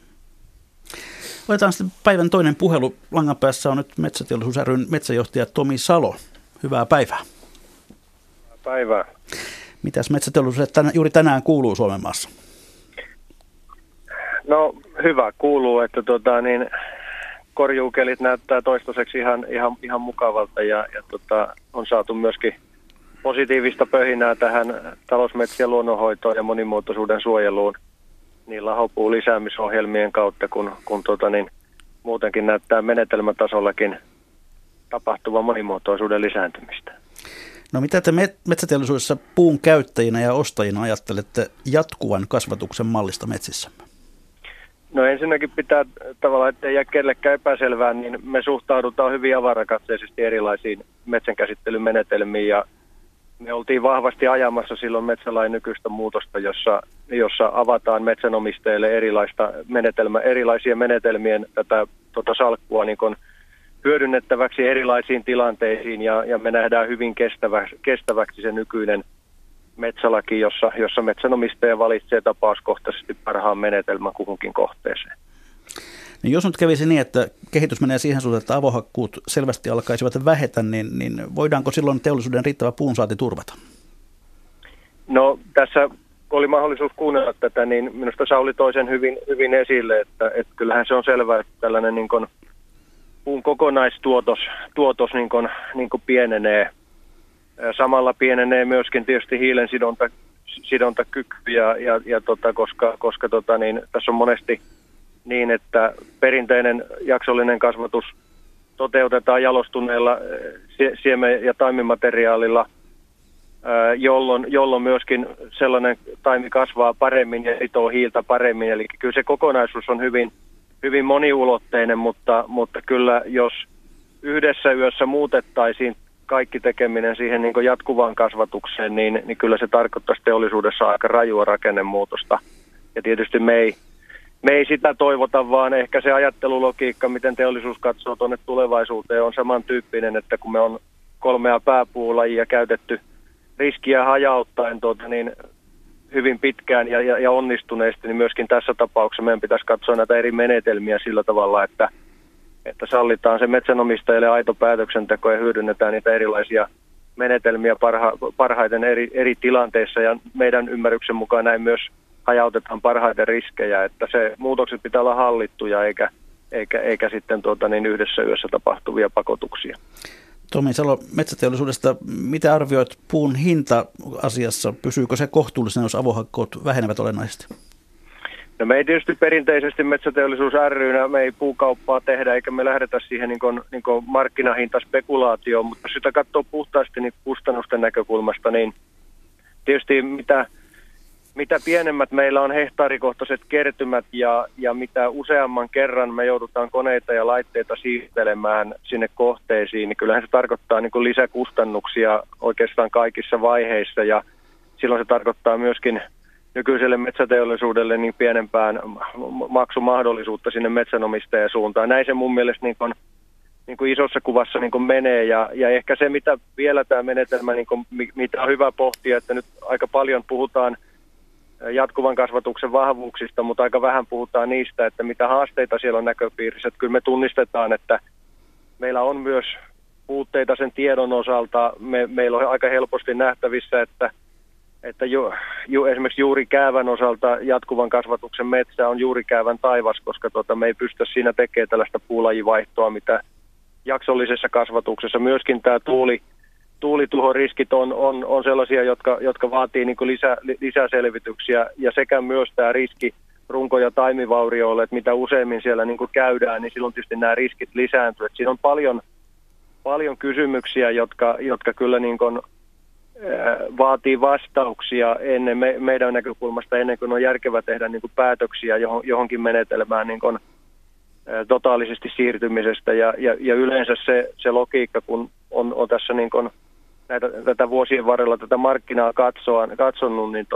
Otetaan sitten päivän toinen puhelu. Langan päässä on nyt Metsäteollisuus ry:n metsäjohtaja Tomi Salo. Hyvää päivää. Hyvää päivää. Mitäs metsäteollisuudelle juuri tänään kuuluu Suomen maassa? No hyvä kuuluu, että korjuukelit näyttää toistaiseksi ihan mukavalta ja on saatu myöskin positiivista pöhinää tähän talousmetsien luonnonhoitoon ja monimuotoisuuden suojeluun niin lahopuun lisäämisohjelmien kautta, kun muutenkin näyttää menetelmätasollakin tapahtuvan monimuotoisuuden lisääntymistä. No mitä te metsäteollisuudessa puun käyttäjinä ja ostajina ajattelette jatkuvan kasvatuksen mallista metsissämme? No ensinnäkin pitää tavallaan, ettei jää kellekään epäselvää, niin me suhtaudutaan hyvin avarakatseisesti erilaisiin metsänkäsittelymenetelmiin ja me oltiin vahvasti ajamassa silloin metsälain nykyistä muutosta, jossa avataan metsänomistajille erilaisia menetelmien tätä salkkua niin kuin hyödynnettäväksi erilaisiin tilanteisiin ja me nähdään hyvin kestäväksi se nykyinen metsälaki, jossa metsänomistaja valitsee tapauskohtaisesti parhaan menetelmän kuhunkin kohteeseen. Niin jos nyt kävisi niin, että kehitys menee siihen suuntaan, että avohakkuut selvästi alkaisivat vähetä, niin voidaanko silloin teollisuuden riittävä puunsaanti turvata? No tässä oli mahdollisuus kuunnella tätä, niin minusta Sauli toi sen hyvin esille, että kyllähän se on selvää, että tällainen niin kuin puun kokonaistuotos niin kuin pienenee. Samalla pienenee myöskin tietysti hiilen sidontakyky, koska tässä on monesti niin, että perinteinen jaksollinen kasvatus toteutetaan jalostuneella siemen- ja taimimateriaalilla, jolloin myöskin sellainen taimi kasvaa paremmin ja sitoo hiiltä paremmin. Eli kyllä se kokonaisuus on hyvin moniulotteinen, mutta kyllä jos yhdessä yössä muutettaisiin kaikki tekeminen siihen niin kuin jatkuvaan kasvatukseen, niin kyllä se tarkoittaisi teollisuudessa aika rajua rakennemuutosta. Ja tietysti me ei sitä toivota, vaan ehkä se ajattelulogiikka, miten teollisuus katsoo tuonne tulevaisuuteen, on samantyyppinen, että kun me on 3 pääpuulajia käytetty riskiä hajauttaen niin hyvin pitkään ja onnistuneesti, niin myöskin tässä tapauksessa meidän pitäisi katsoa näitä eri menetelmiä sillä tavalla, että että sallitaan se metsänomistajille aito päätöksenteko ja hyödynnetään niitä erilaisia menetelmiä parhaiten eri tilanteissa, ja meidän ymmärryksen mukaan näin myös hajautetaan parhaiten riskejä, että se muutokset pitää olla hallittuja eikä sitten yhdessä yössä tapahtuvia pakotuksia. Tomi Salo metsäteollisuudesta, mitä arvioit puun hinta-asiassa? Pysyykö se kohtuullisena, jos avohakkuut vähenevät olennaisesti? No me ei tietysti perinteisesti Metsäteollisuus ry:nä, me ei puukauppaa tehdä eikä me lähdetä siihen niin kuin markkinahintaspekulaatioon, mutta jos sitä katsoo puhtaasti niin kustannusten näkökulmasta, niin tietysti mitä pienemmät meillä on hehtaarikohtaiset kertymät ja mitä useamman kerran me joudutaan koneita ja laitteita siirtelemään sinne kohteisiin, niin kyllähän se tarkoittaa niin kuin lisäkustannuksia oikeastaan kaikissa vaiheissa, ja silloin se tarkoittaa myöskin nykyiselle metsäteollisuudelle niin pienempään maksumahdollisuutta sinne metsänomistajan suuntaan. Näin se mun mielestä niin kuin isossa kuvassa niin kuin menee, ja ehkä se, mitä vielä tämä menetelmä, niin kuin, mitä on hyvä pohtia, että nyt aika paljon puhutaan jatkuvan kasvatuksen vahvuuksista, mutta aika vähän puhutaan niistä, että mitä haasteita siellä on näköpiirissä. Että kyllä me tunnistetaan, että meillä on myös puutteita sen tiedon osalta. Meillä on aika helposti nähtävissä, että esimerkiksi juurikäävän osalta jatkuvan kasvatuksen metsä on juurikäävän taivas, koska me ei pystytä siinä tekemään tällaista puulajivaihtoa, mitä jaksollisessa kasvatuksessa. Myöskin tämä tuulituhoriskit on sellaisia, jotka vaatii niin kuin lisäselvityksiä, ja sekä myös tämä riski runko- ja taimivaurioille, että mitä useimmin siellä niin kuin käydään, niin silloin tietysti nämä riskit lisääntyvät. Siinä on paljon kysymyksiä, jotka kyllä niin kuin vaatii vastauksia ennen meidän näkökulmasta, ennen kuin on järkevä tehdä niin kuin päätöksiä johonkin menetelmään niin kuin totaalisesti siirtymisestä, ja yleensä se logiikka, kun on tässä niin kuin tätä vuosien varrella tätä markkinaa katsonut, niin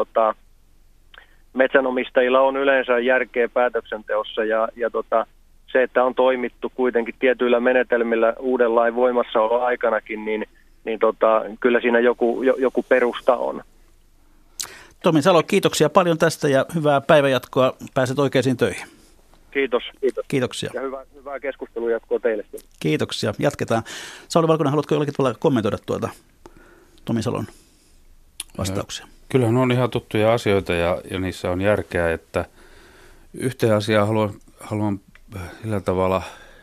metsänomistajilla on yleensä järkeä päätöksenteossa, ja se, että on toimittu kuitenkin tietyillä menetelmillä uuden lain voimassaoloaikanakin, niin kyllä siinä joku perusta on. Tomi Salo, kiitoksia paljon tästä ja hyvää päivänjatkoa. Pääset oikeisiin töihin. Kiitos. Kiitoksia. Ja hyvää keskustelua jatkoa teille. Kiitoksia. Jatketaan. Sauli Valkonen, haluatko jollakin tavalla kommentoida tuota Tomi Salon vastauksia? Kyllähän on ihan tuttuja asioita ja niissä on järkeä, että yhteen asiaan haluan sillä tavalla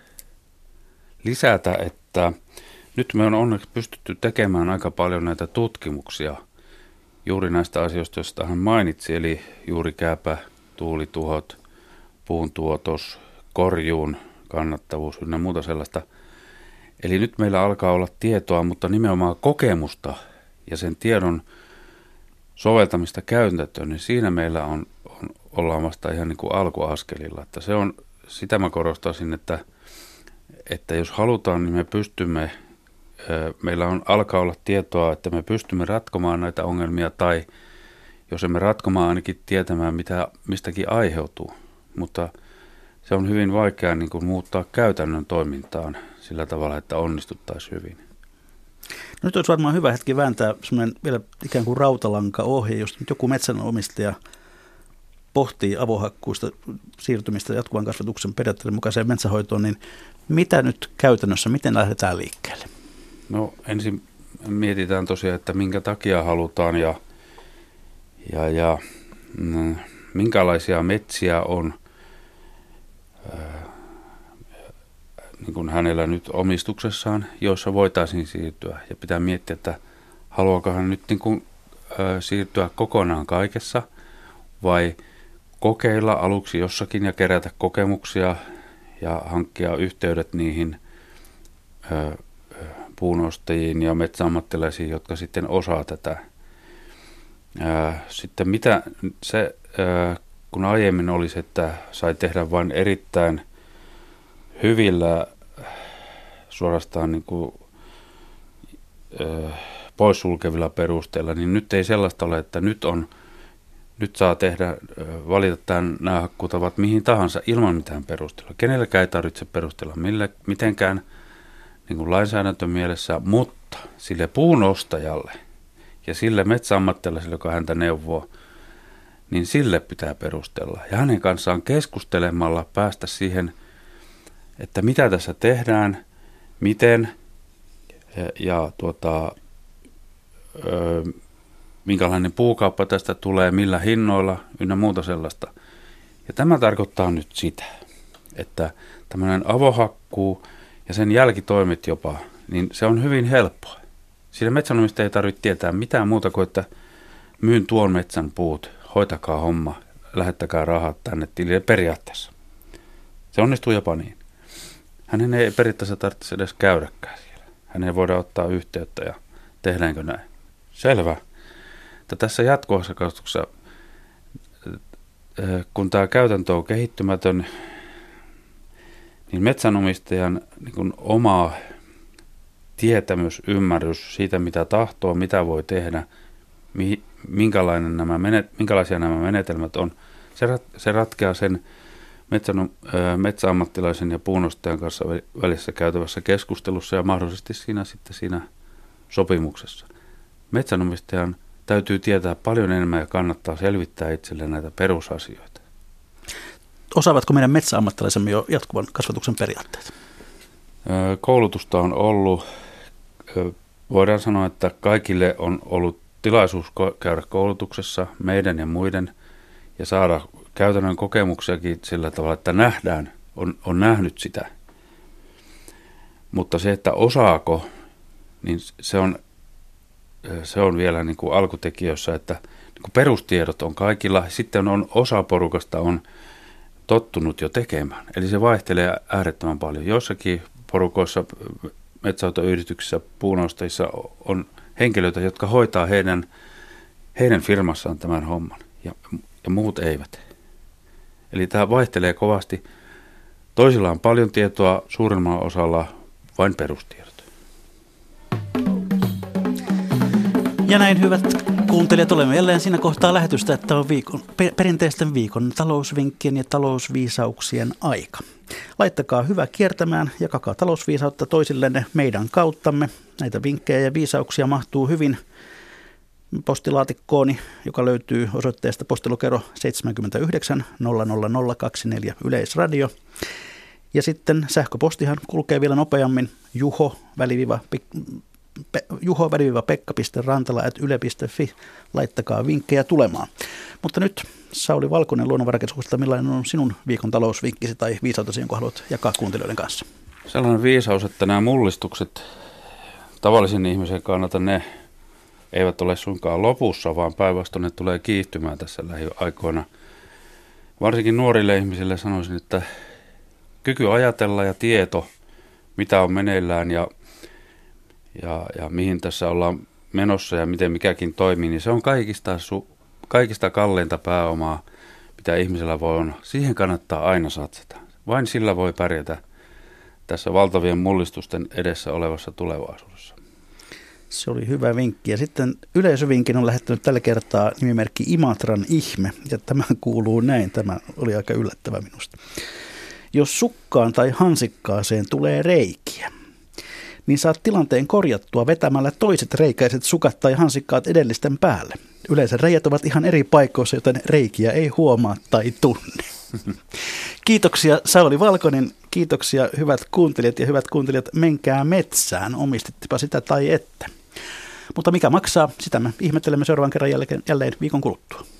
lisätä, että nyt me on onneksi pystytty tekemään aika paljon näitä tutkimuksia juuri näistä asioista, joista hän mainitsi, eli juurikääpä, tuulituhot, puun tuotos, korjuun kannattavuus ynnä muuta sellaista. Eli nyt meillä alkaa olla tietoa, mutta nimenomaan kokemusta ja sen tiedon soveltamista käytäntöön, niin siinä meillä ollaan vasta ihan niin kuin alkuaskelilla. Että se on, sitä mä korostaisin, että jos halutaan, niin me pystymme, meillä alkaa olla tietoa, että me pystymme ratkomaan näitä ongelmia, tai jos emme ratkomaan, ainakin tietämään, mitä mistäkin aiheutuu. Mutta se on hyvin vaikea niin kuin muuttaa käytännön toimintaan sillä tavalla, että onnistuttaisiin hyvin. No nyt olisi varmaan hyvä hetki vääntää semmoinen vielä ikään kuin rautalankaohje, jos nyt joku metsänomistaja pohtii avohakkuista siirtymistä jatkuvan kasvatuksen periaatteiden mukaiseen metsähoitoon, niin mitä nyt käytännössä, miten lähdetään liikkeelle? No ensin mietitään tosiaan, että minkä takia halutaan ja minkälaisia metsiä on niin kuin hänellä nyt omistuksessaan, joissa voitaisiin siirtyä. Ja pitää miettiä, että haluaako hän nyt niin kuin, siirtyä kokonaan kaikessa vai kokeilla aluksi jossakin ja kerätä kokemuksia ja hankkia yhteydet niihin puunostajiin ja metsäammattilaisiin, jotka sitten osaa tätä. Sitten mitä se, kun aiemmin olisi, että sai tehdä vain erittäin hyvillä suorastaan niin kuin, poissulkevilla perusteilla, niin nyt ei sellaista ole, että nyt saa tehdä, valita nämä hakkuutavat mihin tahansa ilman mitään perustelua. Kenelläkään ei tarvitse perustella mitenkään niin kuin lainsäädäntömielessä, mutta sille puunostajalle ja sille metsäammattilaiselle, joka häntä neuvoo, niin sille pitää perustella. Ja hänen kanssaan keskustelemalla päästä siihen että mitä tässä tehdään, miten ja minkälainen puukauppa tästä tulee, millä hinnoilla ynnä muuta sellaista. Ja tämä tarkoittaa nyt sitä, että tämmöinen avohakkuu ja sen jälkitoimet jopa, niin se on hyvin helppoa. Sillä metsänomistaja ei tarvitse tietää mitään muuta kuin, että myyn tuon metsän puut, hoitakaa homma, lähettäkää rahat tänne tilille periaatteessa. Se onnistuu jopa niin. Hänen ei periaatteessa tarvitse edes käydäkään siellä. Hänen ei voida ottaa yhteyttä ja tehdäänkö näin. Selvä. Että tässä jatkuvassa kasvatuksessa, kun tämä käytäntö on kehittymätön, niin metsänomistajan niin oma tietämys, ymmärrys siitä, mitä tahtoo, mitä voi tehdä, minkälaisia nämä menetelmät on, se ratkeaa sen metsäammattilaisen ja puunostajan kanssa välissä käytävässä keskustelussa ja mahdollisesti siinä sopimuksessa. Metsänomistajan täytyy tietää paljon enemmän ja kannattaa selvittää itselleen näitä perusasioita. Osaavatko meidän metsäammattilaisemme jo jatkuvan kasvatuksen periaatteet? Koulutusta on ollut. Voidaan sanoa, että kaikille on ollut tilaisuus käydä koulutuksessa, meidän ja muiden, ja saada käytännön kokemuksiakin sillä tavalla, että nähdään, on nähnyt sitä. Mutta se, että osaako, niin se on vielä niin kuin alkutekijöissä, että niin kuin perustiedot on kaikilla. Sitten osa porukasta on tottunut jo tekemään. Eli se vaihtelee äärettömän paljon. Joissakin porukoissa, metsänhoitoyhdistyksissä, puunostajissa on henkilöitä, jotka hoitaa heidän firmassaan tämän homman ja muut eivät. Eli tämä vaihtelee kovasti. Toisilla on paljon tietoa, suurimmalla osalla vain perustiedot. Ja näin, hyvät kuuntelijat, olemme jälleen siinä kohtaa lähetystä, että on perinteisten viikon talousvinkkien ja talousviisauksien aika. Laittakaa hyvä kiertämään, jakakaa talousviisautta toisillenne meidän kauttamme. Näitä vinkkejä ja viisauksia mahtuu hyvin postilaatikkooni, joka löytyy osoitteesta postilukero 79 00024 Yleisradio. Ja sitten sähköpostihan kulkee vielä nopeammin juho-pekka.rantala@yle.fi. Laittakaa vinkkejä tulemaan. Mutta nyt Sauli Valkonen Luonnonvarakeskuksesta, millainen on sinun viikon talousvinkkisi tai viisautasi, jonka haluat jakaa kuuntelijoiden kanssa? Sellainen viisaus, että nämä mullistukset tavallisen ihmisen kannalta ne eivät ole suinkaan lopussa, vaan päinvastoin ne tulee kiihtymään tässä lähiaikoina. Varsinkin nuorille ihmisille sanoisin, että kyky ajatella ja tieto, mitä on meneillään ja mihin tässä ollaan menossa ja miten mikäkin toimii, niin se on kaikista kalleinta pääomaa, mitä ihmisellä voi olla. Siihen kannattaa aina satsata. Vain sillä voi pärjätä tässä valtavien mullistusten edessä olevassa tulevaisuudessa. Se oli hyvä vinkki. Ja sitten yleisövinkin on lähettänyt tällä kertaa nimimerkki Imatran ihme. Ja tämä kuuluu näin. Tämä oli aika yllättävä minusta. Jos sukkaan tai hansikkaaseen tulee reikiä, niin saat tilanteen korjattua vetämällä toiset reikäiset sukat tai hansikkaat edellisten päälle. Yleensä reijät ovat ihan eri paikoissa, joten reikiä ei huomaa tai tunne. Kiitoksia Sauli Valkonen, kiitoksia hyvät kuuntelijat, menkää metsään, omistittipa sitä tai ette. Mutta mikä maksaa, sitä me ihmettelemme seuraavan kerran jälleen viikon kuluttua.